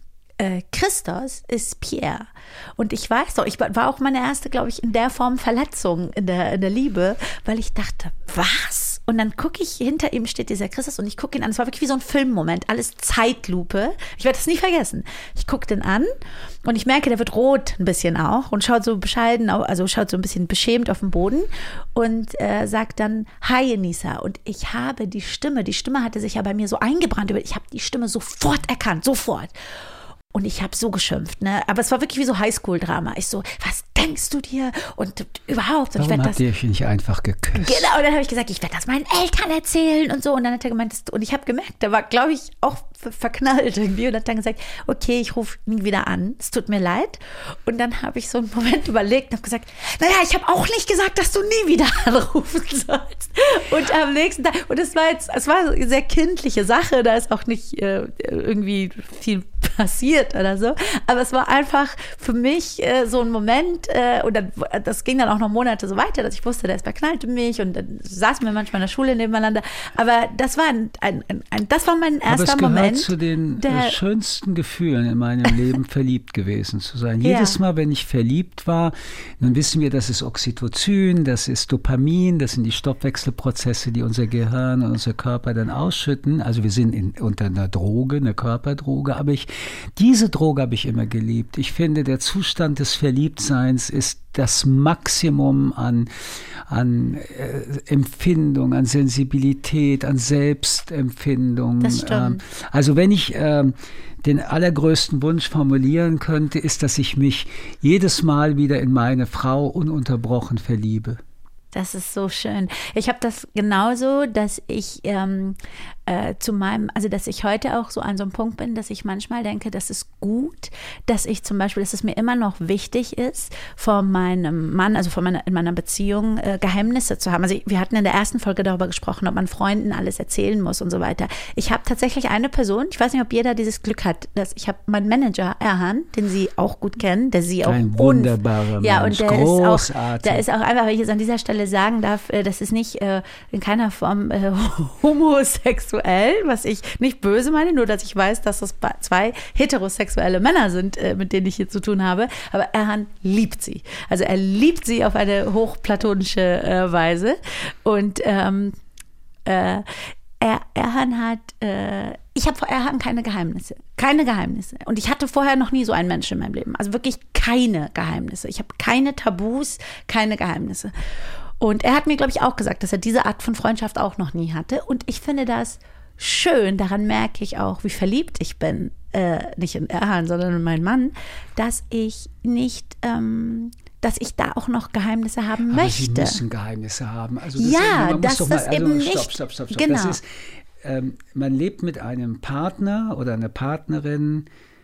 äh, Christos ist Pierre. Und ich weiß doch, ich war auch meine erste, glaube ich, in der Form Verletzung in der, in der Liebe, weil ich dachte, was? Und dann gucke ich, hinter ihm steht dieser Christus und ich gucke ihn an. Es war wirklich wie so ein Filmmoment, alles Zeitlupe. Ich werde das nie vergessen. Ich gucke den an und ich merke, der wird rot ein bisschen auch und schaut so bescheiden, also schaut so ein bisschen beschämt auf den Boden und äh, sagt dann, hi Enisa. Und ich habe die Stimme, die Stimme hatte sich ja bei mir so eingebrannt. Ich habe die Stimme sofort erkannt, sofort. Und ich habe so geschimpft, ne? Aber es war wirklich wie so Highschool-Drama. Ich so, was denkst du dir? Und überhaupt. Und Warum ich habt das, ihr euch nicht einfach geküsst? Genau, und dann habe ich gesagt, ich werde das meinen Eltern erzählen und so. Und dann hat er gemeint, das, und ich habe gemerkt, der war, glaube ich, auch verknallt irgendwie. Und hat dann gesagt, okay, ich rufe nie wieder an. Es tut mir leid. Und dann habe ich so einen Moment überlegt und habe gesagt, naja, ich habe auch nicht gesagt, dass du nie wieder anrufen sollst. Und am nächsten Tag, und es war jetzt, es war eine sehr kindliche Sache, da ist auch nicht äh, irgendwie viel passiert oder so, aber es war einfach für mich äh, so ein Moment äh, und dann, das ging dann auch noch Monate so weiter, dass ich wusste, der ist verknallt in mich und dann saßen wir manchmal in der Schule nebeneinander, aber das war ein, ein, ein, ein das war mein erster aber es gehört Moment. Zu den der, schönsten Gefühlen in meinem Leben, verliebt gewesen zu sein. Ja. Jedes Mal, wenn ich verliebt war, dann wissen wir, das ist Oxytocin, das ist Dopamin, das sind die Stoffwechselprozesse, die unser Gehirn und unser Körper dann ausschütten. Also wir sind in, unter einer Droge, einer Körperdroge, aber ich Diese Droge habe ich immer geliebt. Ich finde, der Zustand des Verliebtseins ist das Maximum an, an äh, Empfindung, an Sensibilität, an Selbstempfindung. Das stimmt. Ähm, also wenn ich äh, den allergrößten Wunsch formulieren könnte, ist, dass ich mich jedes Mal wieder in meine Frau ununterbrochen verliebe. Das ist so schön. Ich habe das genauso, dass ich ähm, äh, zu meinem, also dass ich heute auch so an so einem Punkt bin, dass ich manchmal denke, das ist gut, dass ich zum Beispiel, dass es mir immer noch wichtig ist, vor meinem Mann, also vor meiner, in meiner Beziehung äh, Geheimnisse zu haben. Also ich, wir hatten in der ersten Folge darüber gesprochen, ob man Freunden alles erzählen muss und so weiter. Ich habe tatsächlich eine Person, ich weiß nicht, ob jeder dieses Glück hat, dass ich habe meinen Manager Erhan, den Sie auch gut kennen, der Sie auch ein wunderbarer ja, Mensch, und der großartig. Ist auch, der ist auch einfach, wenn ich jetzt an dieser Stelle sagen darf, das ist nicht äh, in keiner Form äh, homosexuell, was ich nicht böse meine, nur dass ich weiß, dass das zwei heterosexuelle Männer sind, äh, mit denen ich hier zu tun habe. Aber Erhan liebt sie. Also er liebt sie auf eine hochplatonische äh, Weise. Und ähm, äh, er, Erhan hat, äh, ich habe vor Erhan keine Geheimnisse. Keine Geheimnisse. Und ich hatte vorher noch nie so einen Menschen in meinem Leben. Also wirklich keine Geheimnisse. Ich habe keine Tabus, keine Geheimnisse. Und er hat mir, glaube ich, auch gesagt, dass er diese Art von Freundschaft auch noch nie hatte. Und ich finde das schön. Daran merke ich auch, wie verliebt ich bin. Äh, nicht in Erhan, sondern in meinen Mann. Dass ich nicht, ähm, dass ich da auch noch Geheimnisse haben Aber möchte. Sie müssen Geheimnisse haben. Also das ja, ist, man dass muss doch das mal, also eben stopp, nicht. Stopp, stopp, stopp. Genau. Das ist, ähm, man lebt mit einem Partner oder einer Partnerin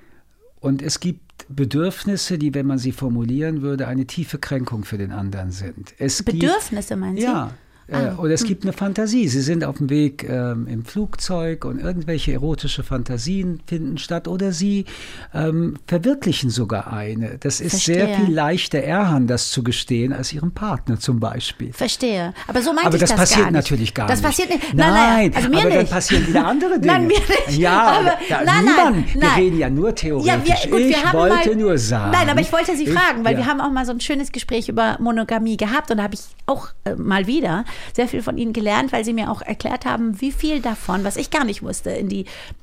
und es gibt Bedürfnisse, die, wenn man sie formulieren würde, eine tiefe Kränkung für den anderen sind. Es Bedürfnisse, gibt, meinen Sie? Ja. Ah. Oder es gibt eine Fantasie. Sie sind auf dem Weg ähm, im Flugzeug und irgendwelche erotische Fantasien finden statt oder sie ähm, verwirklichen sogar eine. Das ist Verstehe. sehr viel leichter, Erhan das zu gestehen, als ihrem Partner zum Beispiel. Verstehe. Aber so meinte aber ich das das passiert gar nicht. natürlich gar das nicht. Das passiert nicht. Nein, nein, also mir aber nicht. dann passieren wieder andere Dinge. Nein, mir nicht. Ja, aber, da, nein, niemand. nein, Wir nein. reden ja nur theoretisch. Ja, wir, gut, wir ich haben wollte mal, nur sagen. Nein, aber ich wollte Sie ich, fragen, weil ja. wir haben auch mal so ein schönes Gespräch über Monogamie gehabt und da habe ich auch äh, mal wieder sehr viel von Ihnen gelernt, weil Sie mir auch erklärt haben, wie viel davon, was ich gar nicht wusste, in die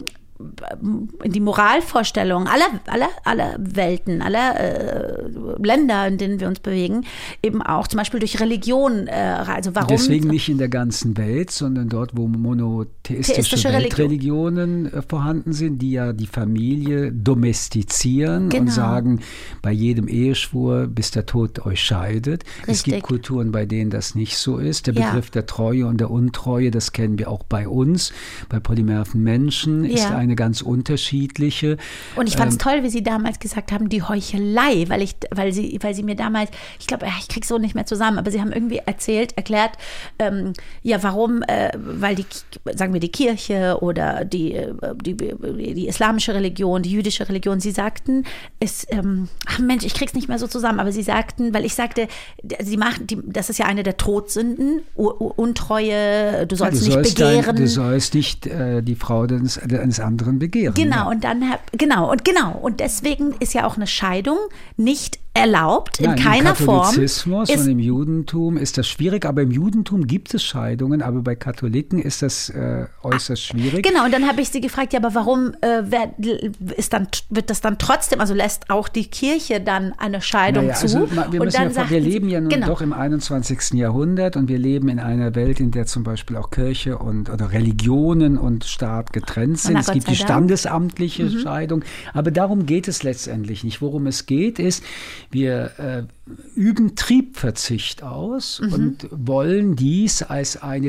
in die Moralvorstellungen aller, aller, aller Welten, aller äh, Länder, in denen wir uns bewegen, eben auch zum Beispiel durch Religion. Äh, also warum? Deswegen nicht in der ganzen Welt, sondern dort, wo monotheistische Theistische Weltreligionen Religion. vorhanden sind, die ja die Familie domestizieren genau. und sagen, bei jedem Eheschwur, bis der Tod euch scheidet. Richtig. Es gibt Kulturen, bei denen das nicht so ist. Der Ja. Begriff der Treue und der Untreue, das kennen wir auch bei uns. Bei polymorphen Menschen ist Ja. eine ganz unterschiedliche. Und ich fand es ähm, toll, wie Sie damals gesagt haben, die Heuchelei, weil ich, weil Sie, weil Sie mir damals, ich glaube, ich kriege so nicht mehr zusammen, aber Sie haben irgendwie erzählt, erklärt, ähm, ja, warum, äh, weil die, sagen wir, die Kirche oder die, die, die islamische Religion, die jüdische Religion, Sie sagten, es, ähm, ach Mensch, ich krieg's nicht mehr so zusammen, aber Sie sagten, weil ich sagte, Sie machen, die, das ist ja eine der Todsünden, U- U- Untreue, du sollst du nicht sollst begehren. Dein, du sollst nicht äh, die Frau des, eines anderen begehren. Genau, ja. und dann hab, genau, und genau. Und deswegen ist ja auch eine Scheidung nicht erlaubt, in Nein, keiner im Form. Katholizismus Ist, und im Judentum ist das schwierig, aber im Judentum gibt es Scheidungen, aber bei Katholiken ist das äh, äußerst schwierig. genau, und dann habe ich sie gefragt, ja, aber warum äh, wer, ist dann, wird das dann trotzdem, also lässt auch die Kirche dann eine Scheidung Naja, zu? also, wir, und müssen dann ja, sagten wir sie- leben ja nun genau. doch im einundzwanzigsten Jahrhundert und wir leben in einer Welt, in der zum Beispiel auch Kirche und oder Religionen und Staat getrennt sind. Na, Es Gott gibt sei die Dank. standesamtliche mhm. Scheidung, aber darum geht es letztendlich nicht. Worum es geht, ist, wir äh, üben Triebverzicht aus mhm. und wollen dies als eine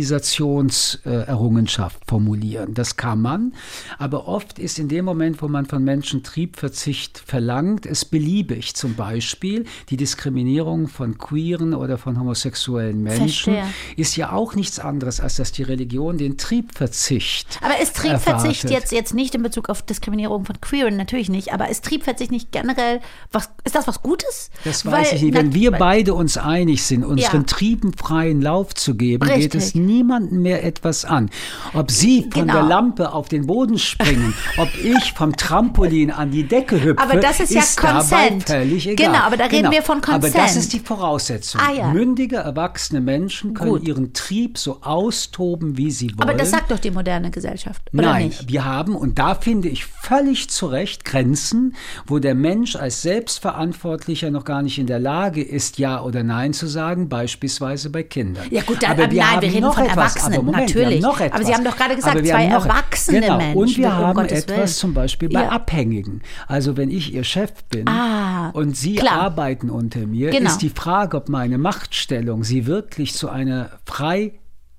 Zivilisationserrungenschaft äh, formulieren. Das kann man, aber oft ist in dem Moment, wo man von Menschen Triebverzicht verlangt, es beliebig. Zum Beispiel die Diskriminierung von queeren oder von homosexuellen Menschen Verstehe. ist ja auch nichts anderes, als dass die Religion den Triebverzicht Aber ist Triebverzicht erwartet. jetzt, jetzt nicht in Bezug auf Diskriminierung von Queeren, natürlich nicht, aber ist Triebverzicht nicht generell, was, ist das was Gutes? Das weiß Weil, ich nicht. Wenn na, wir weil- beide uns einig sind, unseren Ja. Trieben freien Lauf zu geben, Richtig. geht es niemandem mehr etwas an. Ob Sie von Genau. der Lampe auf den Boden springen, ob ich vom Trampolin an die Decke hüpfe, Aber das ist ja dabei Consent. völlig egal. Genau, aber da reden wir von Aber das Consent. ist die Voraussetzung. Ah, ja. Mündige, erwachsene Menschen können Gut. ihren Trieb so austoben, wie sie wollen. Aber das sagt doch die moderne Gesellschaft, oder Nein, nicht? wir haben, und da finde ich völlig zu Recht, Grenzen, wo der Mensch als Selbstverantwortlicher noch gar nicht in der Lage ist, Ja oder Nein zu sagen, beispielsweise bei Kindern. Ja gut, dann, aber nein, wir haben reden noch von etwas, Erwachsenen, aber Moment, wir natürlich. haben noch etwas. Aber Sie haben doch gerade gesagt, Aber wir zwei haben noch- erwachsene genau. Menschen, Und wir um haben Gottes etwas Willen. zum Beispiel bei Ja. Abhängigen. Also wenn ich Ihr Chef bin Ah, und Sie klar. arbeiten unter mir, Genau. ist die Frage, ob meine Machtstellung Sie wirklich zu einer frei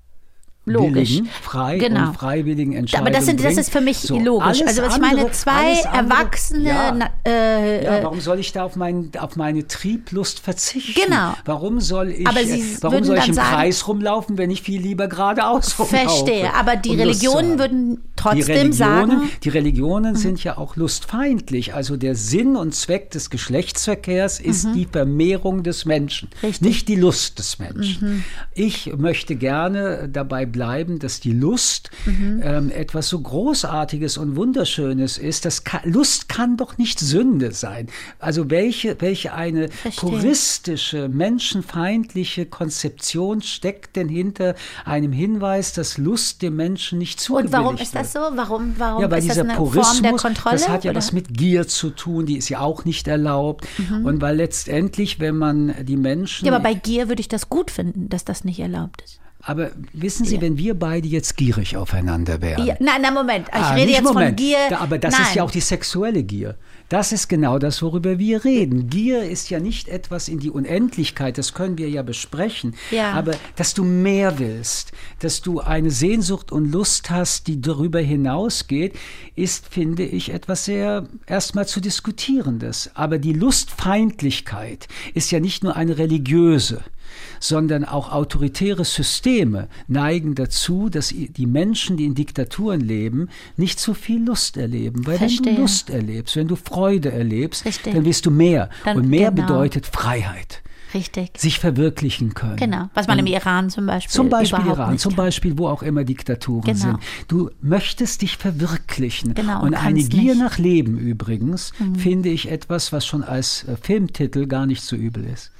Logisch. willigen, frei Genau. und freiwilligen Entscheidung Aber das, sind, das bringt. ist für mich So, logisch. alles Also was ich andere- meine, zwei alles andere- Erwachsene, Ja. na, äh, Ja, äh, warum soll ich da auf, mein, auf meine Trieblust verzichten? Genau. Warum soll ich, Aber Sie äh, warum würden soll ich dann im sagen- Kreis rumlaufen, wenn ich viel lieber geradeaus rumlaufe? verstehe. Aber die um Lust zu Religionen haben? würden Die trotzdem Religionen, sagen, Mhm. die Religionen sind ja auch lustfeindlich. Also der Sinn und Zweck des Geschlechtsverkehrs ist die Vermehrung des Menschen, Mhm. Richtig. nicht die Lust des Menschen. Ich möchte gerne dabei bleiben, dass die Lust Mhm. ähm, etwas so Großartiges und Wunderschönes ist. Das kann, Lust kann doch nicht Sünde sein. Also welche, welche eine Verstehe. puristische, menschenfeindliche Konzeption steckt denn hinter einem Hinweis, dass Lust dem Menschen nicht zugebilligt und wird? warum ist das so? Warum, warum Ja, weil ist das dieser eine Purismus, Form der Kontrolle? das hat ja oder? was mit Gier zu tun, die ist ja auch nicht erlaubt. Und weil letztendlich, wenn man die Menschen... Ja, aber bei Gier würde ich das gut finden, dass das nicht erlaubt ist. Aber wissen Sie, Ja. wenn wir beide jetzt gierig aufeinander wären... Ja, nein, nein, Moment. Ich Ah, rede nicht jetzt von Moment. Gier. Da, aber das nein. ist ja auch die sexuelle Gier. Das ist genau das, worüber wir reden. Gier ist ja nicht etwas in die Unendlichkeit, das können wir ja besprechen. Ja. Aber dass du mehr willst, dass du eine Sehnsucht und Lust hast, die darüber hinausgeht, ist, finde ich, etwas sehr erstmal zu diskutierendes. Aber die Lustfeindlichkeit ist ja nicht nur eine religiöse, sondern auch autoritäre Systeme neigen dazu, dass die Menschen, die in Diktaturen leben, nicht so viel Lust erleben. Weil wenn Verstehe. du Lust erlebst, wenn du Freude erlebst, Richtig. dann willst du mehr. Dann- Und mehr genau. bedeutet Freiheit, Richtig. sich verwirklichen können. Genau. Was man im Iran zum Beispiel Zum Beispiel überhaupt Iran, nicht zum kann. Beispiel, wo auch immer Diktaturen Genau. sind. Du möchtest dich verwirklichen. Genau, und und eine kannst Gier nicht. nach Leben übrigens, finde ich etwas, was schon als äh, Filmtitel gar nicht so übel ist.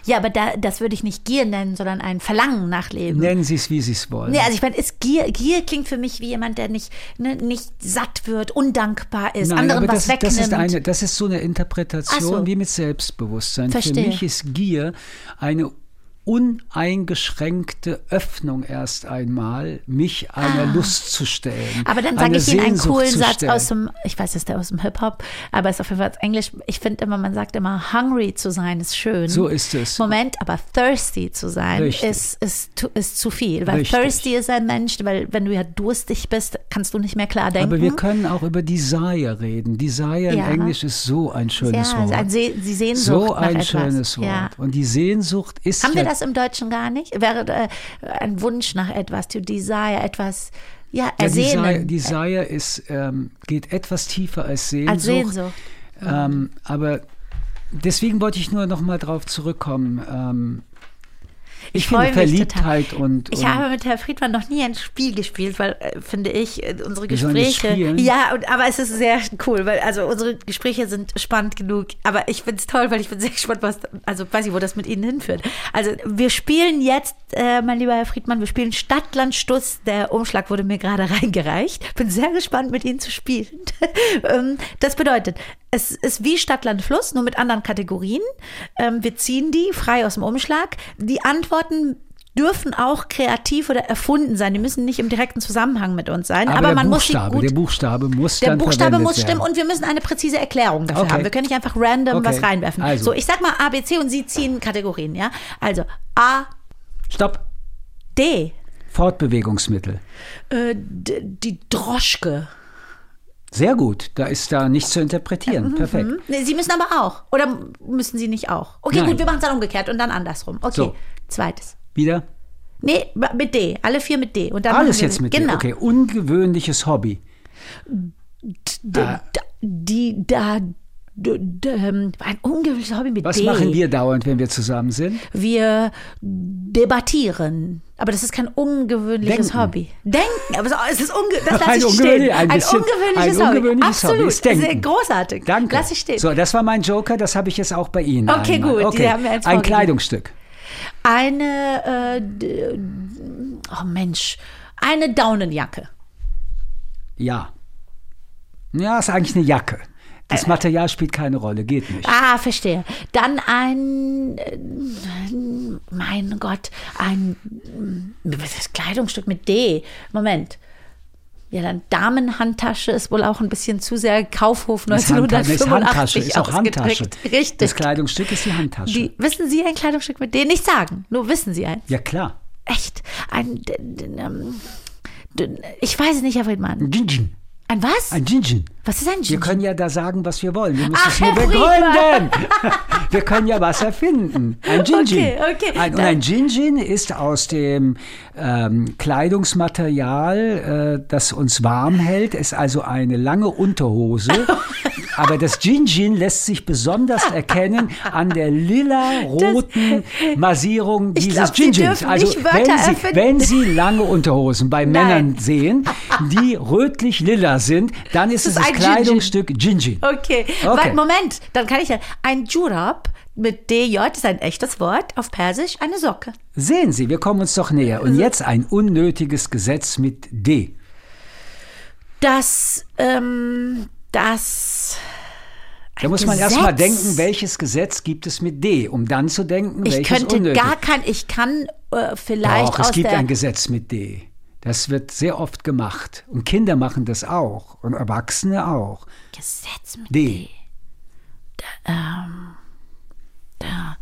Ja, aber da, das würde ich nicht Gier nennen, sondern ein Verlangen nach Leben. Nennen Sie es, wie Sie es wollen. Nee, also ich meine, ist Gier, Gier klingt für mich wie jemand, der nicht, ne, nicht satt wird, undankbar ist, Nein, anderen aber was das, wegnimmt. Das ist, eine, das ist so eine Interpretation so. wie mit Selbstbewusstsein. Verstehe. Für mich ist Gier eine uneingeschränkte Öffnung erst einmal, mich einer Ah. Lust zu stellen. Aber dann sage einer ich Ihnen einen Sehnsucht coolen zu Satz stellen. aus dem, ich weiß, ist der aus dem Hip-Hop, aber ist auf jeden Fall aus Englisch. Ich finde immer, man sagt immer, hungry zu sein ist schön. So ist es. Moment, aber thirsty zu sein Richtig. ist, ist, ist, ist zu viel. Weil Richtig. thirsty ist ein Mensch, weil wenn du ja durstig bist, kannst du nicht mehr klar denken. Aber wir können auch über Desire reden. Desire in Ja. Englisch ist so ein schönes ja, Wort. ein Se die Sehnsucht so nach ein etwas. schönes Wort. Ja. Und die Sehnsucht ist Haben ja wir das im Deutschen gar nicht? Wäre äh, ein Wunsch nach etwas, to desire, etwas, ja, Ja, ersehnen. Desire, Desire ist, ähm, geht etwas tiefer als Sehnsucht. Als Sehnsucht. Ähm, aber deswegen wollte ich nur noch mal drauf zurückkommen. Ähm, ich, Ich finde freue mich Verliebtheit total. und, Ich und habe mit Herrn Friedmann noch nie ein Spiel gespielt, weil, äh, finde ich, äh, unsere Wir sollen jetzt Gespräche. spielen? Ja, und, aber es ist sehr cool, weil also unsere Gespräche sind spannend genug. Aber ich finde es toll, weil ich bin sehr gespannt, was, also weiß ich, wo das mit Ihnen hinführt. Also wir spielen jetzt, äh, mein lieber Herr Friedmann, wir spielen Stadt, Land, Stuss. Der Umschlag wurde mir gerade reingereicht. Bin sehr gespannt, mit Ihnen zu spielen. ähm, das bedeutet, es ist wie Stadt, Land, Fluss, nur mit anderen Kategorien. Ähm, wir ziehen die frei aus dem Umschlag. Die Antworten dürfen auch kreativ oder erfunden sein. Die müssen nicht im direkten Zusammenhang mit uns sein. aber, Aber, der man muss sie Buchstabe, gut. der Buchstabe muss Der dann Buchstabe verwendet muss stimmen werden. und wir müssen eine präzise Erklärung dafür Okay. haben. Wir können nicht einfach random Okay. was reinwerfen. Also. So, ich sag mal A, B, C und Sie ziehen Kategorien, ja? Also A, Stopp. D, Fortbewegungsmittel. äh, d- die Droschke. Sehr gut. Da ist da nichts zu interpretieren. Perfekt. Hm? Nee, Sie müssen aber auch. Oder müssen Sie nicht auch? Okay, Nein. gut, wir machen es dann umgekehrt und dann andersrum. Okay, So. zweites. Wieder? Nee, mit D. Alle vier mit D. Und dann Alles machen wir- jetzt mit genau. dir. Okay, ungewöhnliches Hobby. D- Ah. da, die, da, d- d- ähm, ein ungewöhnliches Hobby mit Was D. machen wir dauernd, wenn wir zusammen sind? Wir debattieren. Aber das ist kein ungewöhnliches Denken. Hobby. Denken, aber so- es ist unge das lasse Ein ich ungewöhnlich- stehen. ein bisschen- ungewöhnliches ein Hobby. ungewöhnliches Hobby Absolut, ist Denken. sehr großartig. Danke. Lass ich stehen. So, das war mein Joker, das habe ich jetzt auch bei Ihnen. Okay, einmal. gut, Sie Okay. haben mir eins Ein vorgegeben. Kleidungsstück. Eine, äh, d- oh Mensch, eine Daunenjacke. Ja. Ja, ist eigentlich eine Jacke. Das Material spielt keine Rolle, geht nicht. Ah, verstehe. Dann ein, äh, mein Gott, ein was ist das Kleidungsstück mit D. Moment. Ja, dann Damenhandtasche ist wohl auch ein bisschen zu sehr Kaufhof Das ist Handta- das ist Handtasche, neunzehnhundertfünfundachtzig ist auch Handtasche. ausgedrückt. Richtig. Das Kleidungsstück ist die Handtasche. Die, wissen Sie ein Kleidungsstück mit D? Nicht sagen, nur wissen Sie eins. Ja, klar. Echt. Ein, d- d- ähm, d- ich weiß es nicht, Herr Friedmann. Ein Gin-Gin. Ein was? Ein Gin-Gin. Was ist ein Wir Gin? können ja da sagen, was wir wollen. Wir müssen Ach, es nur Herr begründen. Wir können ja was erfinden. Ein Gin-Gin. Okay, okay. Ein, und Dann- ein Gin-Gin ist aus dem ähm, Kleidungsmaterial, äh, das uns warm hält. Ist also eine lange Unterhose. Aber das Gin-Gin lässt sich besonders erkennen an der lila-roten Masierung Ich dieses glaub, Sie Gin-Gins. dürfen Also nicht Wörter wenn Sie, erfinden. wenn Sie lange Unterhosen bei Männern sehen, die rötlich-lila sind, dann ist es ist das ein Gin-Gin. Kleidungsstück Gin-Gin. Okay. Okay. Warte, Moment, dann kann ich ja. Ein Jurab mit D J ist ein echtes Wort, auf Persisch eine Socke. Sehen Sie, wir kommen uns doch näher. Also Und jetzt ein unnötiges Gesetz mit D. Das, ähm, das. Da muss man Gesetz? erst mal denken, welches Gesetz gibt es mit D, um dann zu denken, Ich welches könnte unnötig. gar kein, ich kann äh, vielleicht Doch, aus es gibt der. ein Gesetz mit D. Das wird sehr oft gemacht. Und Kinder machen das auch. Und Erwachsene auch. Gesetz mit D. D. Da, ähm, da.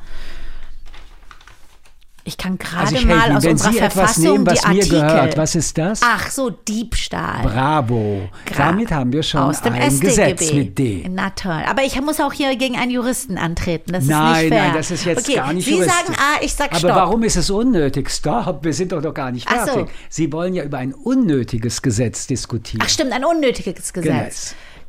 Ich kann gerade Also ich helfe mal Ihnen, aus wenn unserer Sie etwas Verfassung nehmen, was die mir Artikel. gehört. Was ist das? Ach so, Diebstahl. Bravo. Gra- Damit haben wir schon aus dem ein S t G B. Gesetz mit D. Na toll. Aber ich muss auch hier gegen einen Juristen antreten. Das Nein, ist nicht fair. nein, das ist jetzt okay, gar nicht Sie juristisch. sagen A, ich sag Aber Stopp. warum ist es unnötig? Stopp, wir sind doch noch gar nicht Ach so. fertig. Sie wollen ja über ein unnötiges Gesetz diskutieren. Ach stimmt, ein unnötiges Gesetz. Gesetz.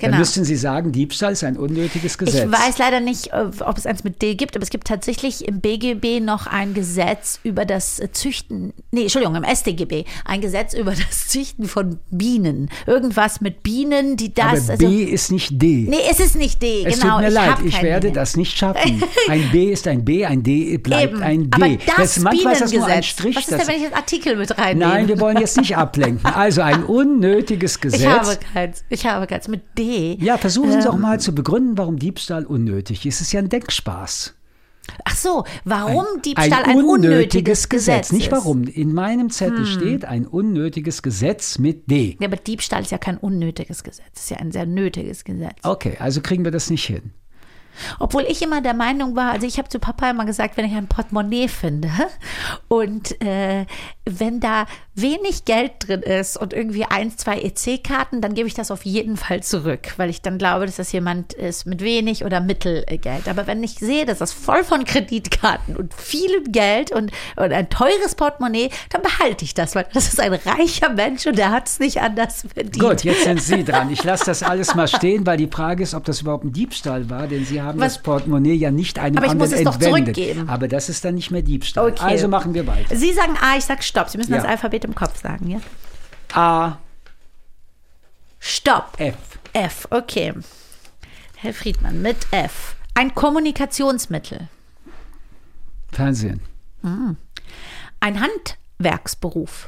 Genau. Dann müssten Sie sagen, Diebstahl ist ein unnötiges Gesetz. Ich weiß leider nicht, ob es eins mit D gibt, aber es gibt tatsächlich im B G B noch ein Gesetz über das Züchten, nee, Entschuldigung, im S t G B, ein Gesetz über das Züchten von Bienen. Irgendwas mit Bienen, die das... Aber also, B ist nicht D. Nee, es ist nicht D, es genau. tut mir ich leid, ich werde Bienen. das nicht schaffen. Ein B ist ein B, ein D bleibt Eben. ein D. Aber das, das manchmal ist das nur ein Bienengesetz. Strich. Was ist denn, wenn ich das Artikel mit reinnehme? Nein, wir wollen jetzt nicht ablenken. Also ein unnötiges Gesetz. Ich habe keins. Ich habe keins mit D. Ja, versuchen Sie ähm, doch mal zu begründen, warum Diebstahl unnötig ist. Es ist ja ein Denkspaß. Ach so, warum ein, Diebstahl ein ein unnötiges, unnötiges Gesetz, Gesetz. Nicht ist. warum. In meinem Zettel Hm. steht ein unnötiges Gesetz mit D. Ja, aber Diebstahl ist ja kein unnötiges Gesetz. Es ist ja ein sehr nötiges Gesetz. Okay, also kriegen wir das nicht hin. Obwohl ich immer der Meinung war, also ich habe zu Papa immer gesagt, wenn ich ein Portemonnaie finde und äh, wenn da wenig Geld drin ist und irgendwie ein, zwei E C-Karten, dann gebe ich das auf jeden Fall zurück, weil ich dann glaube, dass das jemand ist mit wenig oder Mittelgeld. Aber wenn ich sehe, dass das voll von Kreditkarten und vielem Geld und, und ein teures Portemonnaie, dann behalte ich das, weil das ist ein reicher Mensch und der hat es nicht anders verdient. Gut, jetzt sind Sie dran. Ich lasse das alles mal stehen, weil die Frage ist, ob das überhaupt ein Diebstahl war, denn Sie haben Was? das Portemonnaie ja nicht einem Aber ich anderen muss es doch entwendet. zurückgeben. Aber das ist dann nicht mehr Diebstahl. Okay. Also machen wir weiter. Sie sagen A, ich sag Stopp. Sie müssen Ja. das Alphabet im Kopf sagen, ja? A, Stopp. F. F, okay. Herr Friedmann, mit F. Ein Kommunikationsmittel. Fernsehen. Ein Handwerksberuf.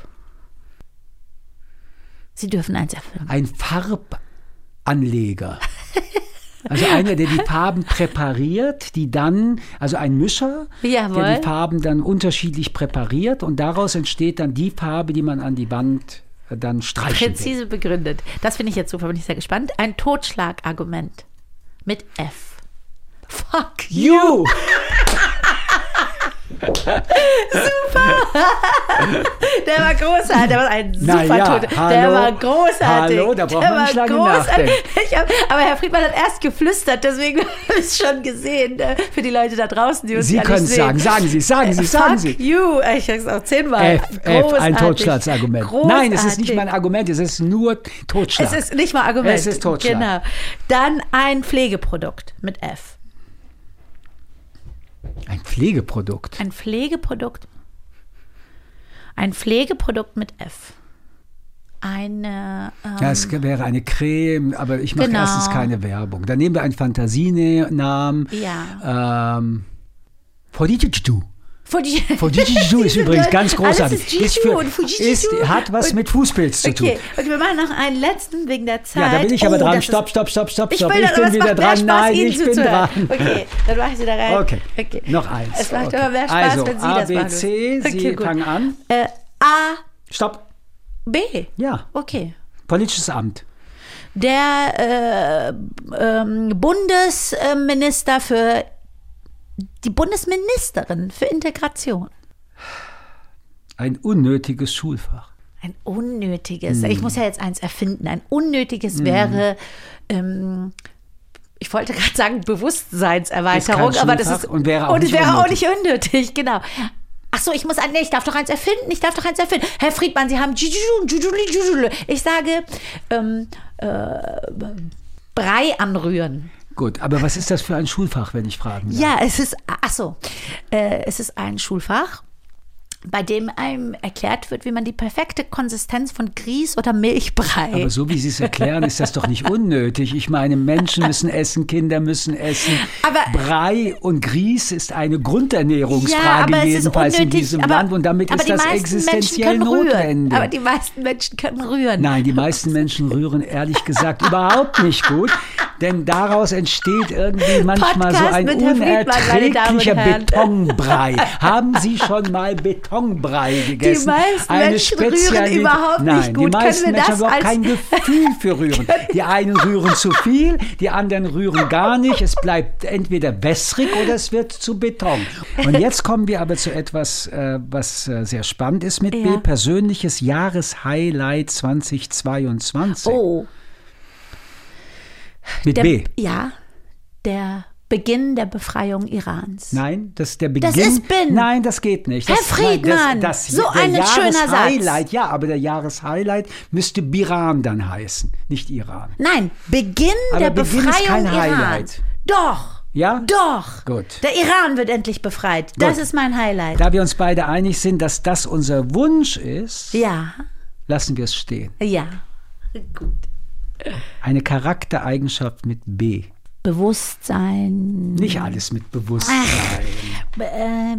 Sie dürfen eins erfüllen. Ein Farbanleger. Also einer, der die Farben präpariert, die dann, also ein Mischer, Jawohl. der die Farben dann unterschiedlich präpariert und daraus entsteht dann die Farbe, die man an die Wand äh, dann streichen will. Präzise begründet. Das finde ich jetzt super, bin ich sehr gespannt. Ein Totschlagargument. Mit F. Fuck you. You! Der war großartig. Der war ein super Na ja, Tod. hallo, Der war großartig. hallo, da braucht Der man nicht war lange großartig. nachdenken. Ich hab, aber Herr Friedmann hat erst geflüstert, deswegen habe ich es schon gesehen. äh, Für die Leute da draußen, die uns Sie ja können nicht es sehen. sagen. Sagen Sie, sagen Sie, sagen Fuck Sie. you. Ich sage es auch zehnmal. F, F, ein Großartig. Totschlagsargument. Nein, es ist nicht Großartig. mein Argument, es ist nur Totschlag. Es ist nicht mal Argument. Es ist Totschlag. Genau. Dann ein Pflegeprodukt mit F. Ein Pflegeprodukt. Ein Pflegeprodukt. Ein Pflegeprodukt mit F. Eine. Ähm, Ja, es wäre eine Creme, aber ich mache Genau. erstens keine Werbung. Dann nehmen wir einen Fantasienamen. Ja. Ähm, Fujitsu. Fuji- Fujitsu ist übrigens ganz großartig. Alles ist Jitsu für- und Fujitsu. ist, hat was Und- mit Fußpilz zu tun. Okay, und wir machen noch einen letzten wegen der Zeit. Ja, da bin ich aber Oh, dran. das Stopp, ist- stopp, stopp, stopp, Ich, stopp. will Ich das, bin aber es wieder macht mehr dran. Spaß, Nein, Ihnen ich bin zuzuhören. dran. Okay, dann mache ich sie da rein. Okay, okay. noch eins. Es macht okay. immer mehr Spaß, also, wenn Sie A, das B, machen. C, Sie Okay, gut. fangen an. Äh, A, Stopp. B. Ja, Okay. politisches Amt. Der äh, ähm, Bundesminister für die Bundesministerin für Integration. Ein unnötiges Schulfach. Ein unnötiges. Hm. Ich muss ja jetzt eins erfinden. Ein unnötiges wäre, ähm, ich wollte gerade sagen, Bewusstseinserweiterung, Ist kein aber das Schulfach ist und wäre auch und es nicht wäre auch unnötig. nicht unnötig, genau. Ach so, ich muss ein, nee, ich darf doch eins erfinden, ich darf doch eins erfinden. Herr Friedmann, Sie haben Jujulu, Jujulu, Jujulu. Ich sage, ähm, äh, Brei anrühren. Gut, aber was ist das für ein Schulfach, wenn ich fragen darf? Ja, es ist, ach so, äh, es ist ein Schulfach, bei dem einem erklärt wird, wie man die perfekte Konsistenz von Grieß oder Milchbrei. Aber so wie Sie es erklären, ist das doch nicht unnötig. Ich meine, Menschen müssen essen, Kinder müssen essen. Aber- Brei und Grieß ist eine Ja, Grundernährungsfrage aber es ist jedenfalls in unnötig, diesem aber, Land und damit aber ist die das meisten existenziell Menschen können notwendig. rühren. Aber die meisten Menschen können rühren. Nein, die meisten Menschen rühren ehrlich gesagt überhaupt nicht gut, denn daraus entsteht irgendwie manchmal so Podcast ein mit Herrn Friedmann, meine Damen und unerträglicher Herren. Betonbrei. Haben Sie schon mal Betonbrei gegessen? Die meisten Menschen rühren Spezialität- überhaupt nicht Nein, gut. die meisten Können wir Menschen das haben überhaupt als- kein Gefühl für Rühren. Die einen rühren zu viel, die anderen rühren gar nicht. Es bleibt entweder wässrig oder es wird zu Beton. Und jetzt kommen wir aber zu etwas, äh, was äh, sehr spannend ist mit Ja. B. Persönliches Jahreshighlight zweitausendzweiundzwanzig. Oh, Mit der, B. ja, der Beginn der Befreiung Irans. Nein, das ist der Beginn. Das ist bin. Nein, das geht nicht. Herr Das, Friedmann, das, das, so ein schöner Satz. Ja, aber der Jahreshighlight müsste Biran dann heißen, nicht Iran. Nein, Beginn aber der Beginn Befreiung ist kein Irans. Highlight. Doch. Ja? Doch. Gut. Der Iran wird endlich befreit. Das Gut. ist mein Highlight. Da wir uns beide einig sind, dass das unser Wunsch ist, Ja. lassen wir es stehen. Ja. Gut. Eine Charaktereigenschaft mit B. Bewusstsein. Nicht alles mit Bewusstsein. Ach, äh,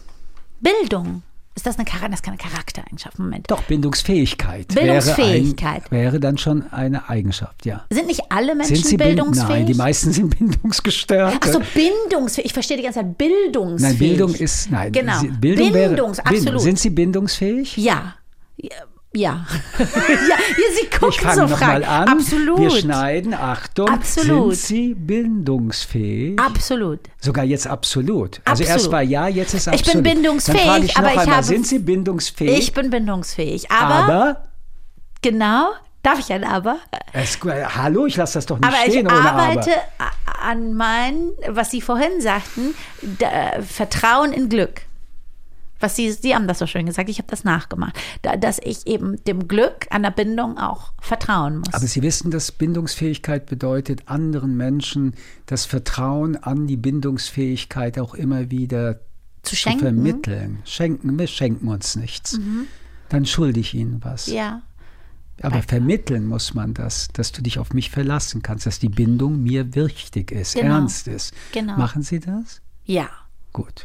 Bildung. Ist das eine, Char- das ist keine Charaktereigenschaft? Moment. Doch, Bindungsfähigkeit. Bildungsfähigkeit. Wäre, ein, wäre dann schon eine Eigenschaft, ja. Sind nicht alle Menschen Sind sie bin- bildungsfähig? Nein, die meisten sind bindungsgestört. Ach so, bindungsfähig. Ich verstehe die ganze Zeit bildungsfähig. Nein, Bildung ist, nein. Genau. Sie- Bildung wäre, Bindungs, Bindung. absolut. Sind Sie bindungsfähig? Ja. Ja. Ja. ja, Sie gucken Ich fange so noch frei. mal an. Absolut. Wir schneiden, Achtung, Absolut. sind Sie bindungsfähig? Absolut. Sogar jetzt absolut. Also Absolut. erst war ja, jetzt ist Ich absolut. bin bindungsfähig, Dann frage ich noch aber ich einmal, habe- sind Sie bindungsfähig? Ich bin bindungsfähig. Aber, aber genau, darf ich ein Aber? es, hallo, ich lasse das doch nicht Aber stehen ich ohne arbeite Aber. a- an mein, was Sie vorhin sagten, da, Vertrauen in Glück. Was Sie, Sie haben das so schön gesagt, ich habe das nachgemacht. Da, dass ich eben dem Glück an der Bindung auch vertrauen muss. Aber Sie wissen, dass Bindungsfähigkeit bedeutet, anderen Menschen das Vertrauen an die Bindungsfähigkeit auch immer wieder zu zu schenken. vermitteln. Schenken, wir schenken uns nichts. Mhm. Dann schulde ich Ihnen was. Ja. Aber vermitteln muss man das, dass du dich auf mich verlassen kannst, dass die Bindung mir wichtig ist, Genau. ernst ist. Genau. Machen Sie das? Ja. Gut,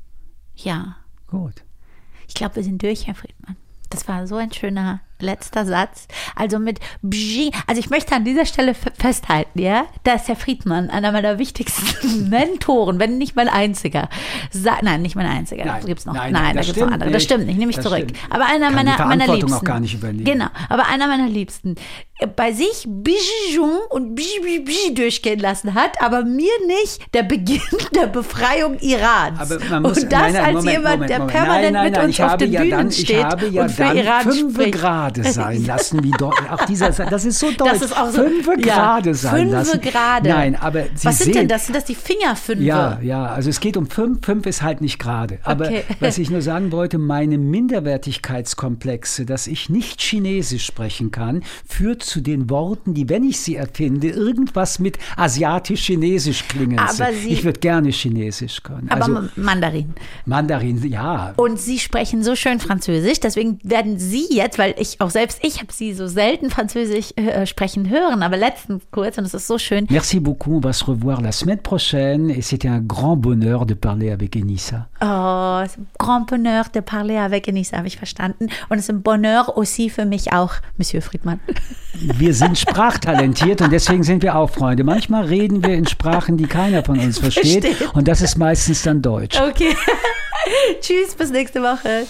Ja. gut. Ich glaube, wir sind durch, Herr Friedmann. Das war so ein schöner letzter Satz. Also mit Bji, also ich möchte an dieser Stelle f- festhalten, ja, dass Herr Friedmann einer meiner wichtigsten Mentoren, wenn nicht mein einziger, sa- nein, nicht mein einziger, Nein, da gibt es noch, nein, nein, nein, da das gibt es noch stimmt andere. Das nicht. stimmt nicht, nehme ich Das zurück. stimmt. Aber einer Kann die meiner, meiner Verantwortung Liebsten. auch gar nicht übernehmen. Genau, aber einer meiner Liebsten bei sich Bijou und Biji Biji durchgehen lassen hat, aber mir nicht der Beginn der Befreiung Irans. Aber man muss, und das nein, nein, als Moment, jemand, Moment, der Moment. permanent nein, nein, mit nein, uns ich auf habe den ja Bühnen dann, steht ich habe ja und für dann Iran fünf spricht. Grade sein lassen, wie dort, auch dieser, das ist so deutsch. Das ist auch so, fünf ja, Grade sein fünf lassen. Grade. Nein, aber Sie Was sind sehen, denn das? Sind das die Fingerfünfe? Ja, ja, also es geht um fünf, fünf ist halt nicht gerade. Aber Okay. was ich nur sagen wollte, meine Minderwertigkeitskomplexe, dass ich nicht Chinesisch sprechen kann, führt zu den Worten, die, wenn ich sie erfinde, irgendwas mit asiatisch-chinesisch klingen. Aber Sie- ich würde gerne Chinesisch können. Aber Also M- Mandarin. Mandarin, ja. Und Sie sprechen so schön Französisch, deswegen werden Sie jetzt, weil ich auch selbst, ich habe Sie so selten Französisch äh, sprechen hören, aber letztens kurz, und es ist so schön. Merci beaucoup, on va se revoir la semaine prochaine et c'était un grand bonheur de parler avec Enissa. Oh, grand bonheur de parler avec Enissa, habe ich verstanden. Und es ist ein Bonheur aussi für mich auch, Monsieur Friedmann. Wir sind sprachtalentiert und deswegen sind wir auch Freunde. Manchmal reden wir in Sprachen, die keiner von uns versteht, Versteht. und das ist meistens dann Deutsch. Okay. Tschüss, bis nächste Woche.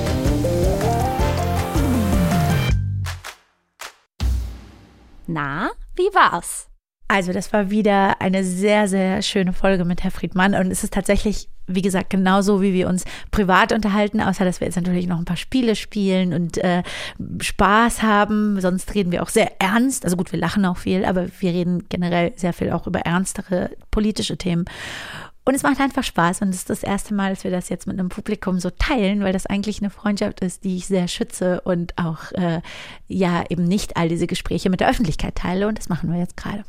Na, wie war's? Also das war wieder eine sehr, sehr schöne Folge mit Herrn Friedmann und es ist tatsächlich, wie gesagt, genauso, wie wir uns privat unterhalten, außer dass wir jetzt natürlich noch ein paar Spiele spielen und äh, Spaß haben. Sonst reden wir auch sehr ernst, also gut, wir lachen auch viel, aber wir reden generell sehr viel auch über ernstere politische Themen. Und es macht einfach Spaß und es ist das erste Mal, dass wir das jetzt mit einem Publikum so teilen, weil das eigentlich eine Freundschaft ist, die ich sehr schütze und auch äh, ja eben nicht all diese Gespräche mit der Öffentlichkeit teile und das machen wir jetzt gerade.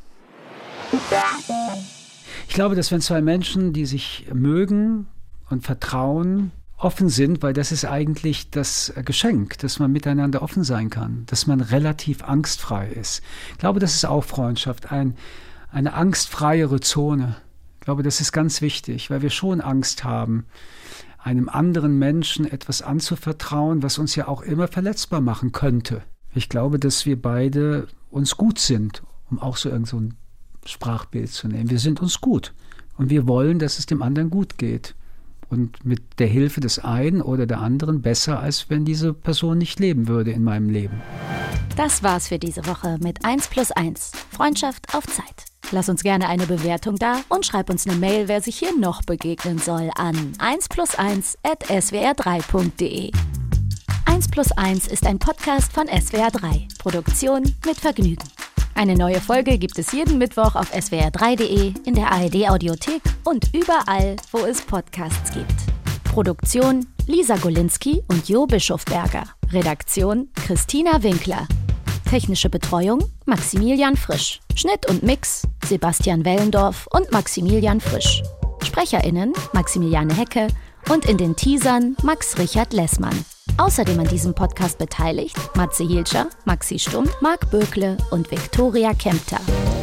Ich glaube, dass wenn zwei Menschen, die sich mögen und vertrauen, offen sind, weil das ist eigentlich das Geschenk, dass man miteinander offen sein kann, dass man relativ angstfrei ist. Ich glaube, das ist auch Freundschaft, ein, eine angstfreiere Zone. Ich glaube, das ist ganz wichtig, weil wir schon Angst haben, einem anderen Menschen etwas anzuvertrauen, was uns ja auch immer verletzbar machen könnte. Ich glaube, dass wir beide uns gut sind, um auch so irgend so ein Sprachbild zu nehmen. Wir sind uns gut und wir wollen, dass es dem anderen gut geht. Und mit der Hilfe des einen oder der anderen besser, als wenn diese Person nicht leben würde in meinem Leben. Das war's für diese Woche mit eins plus eins. Freundschaft auf Zeit. Lass uns gerne eine Bewertung da und schreib uns eine Mail, wer sich hier noch begegnen soll, an eins plus eins at s w r drei punkt d e. eins plus eins ist ein Podcast von S W R drei. Produktion mit Vergnügen. Eine neue Folge gibt es jeden Mittwoch auf s w r drei punkt d e, in der A R D-Audiothek und überall, wo es Podcasts gibt. Produktion Lisa Golinski und Jo Bischofberger. Redaktion Christina Winkler. Technische Betreuung Maximilian Frisch. Schnitt und Mix Sebastian Wellendorf und Maximilian Frisch. SprecherInnen Maximiliane Hecke und in den Teasern Max Richard Lessmann. Außerdem an diesem Podcast beteiligt Matze Hilscher, Maxi Stumm, Marc Bökle und Viktoria Kempter.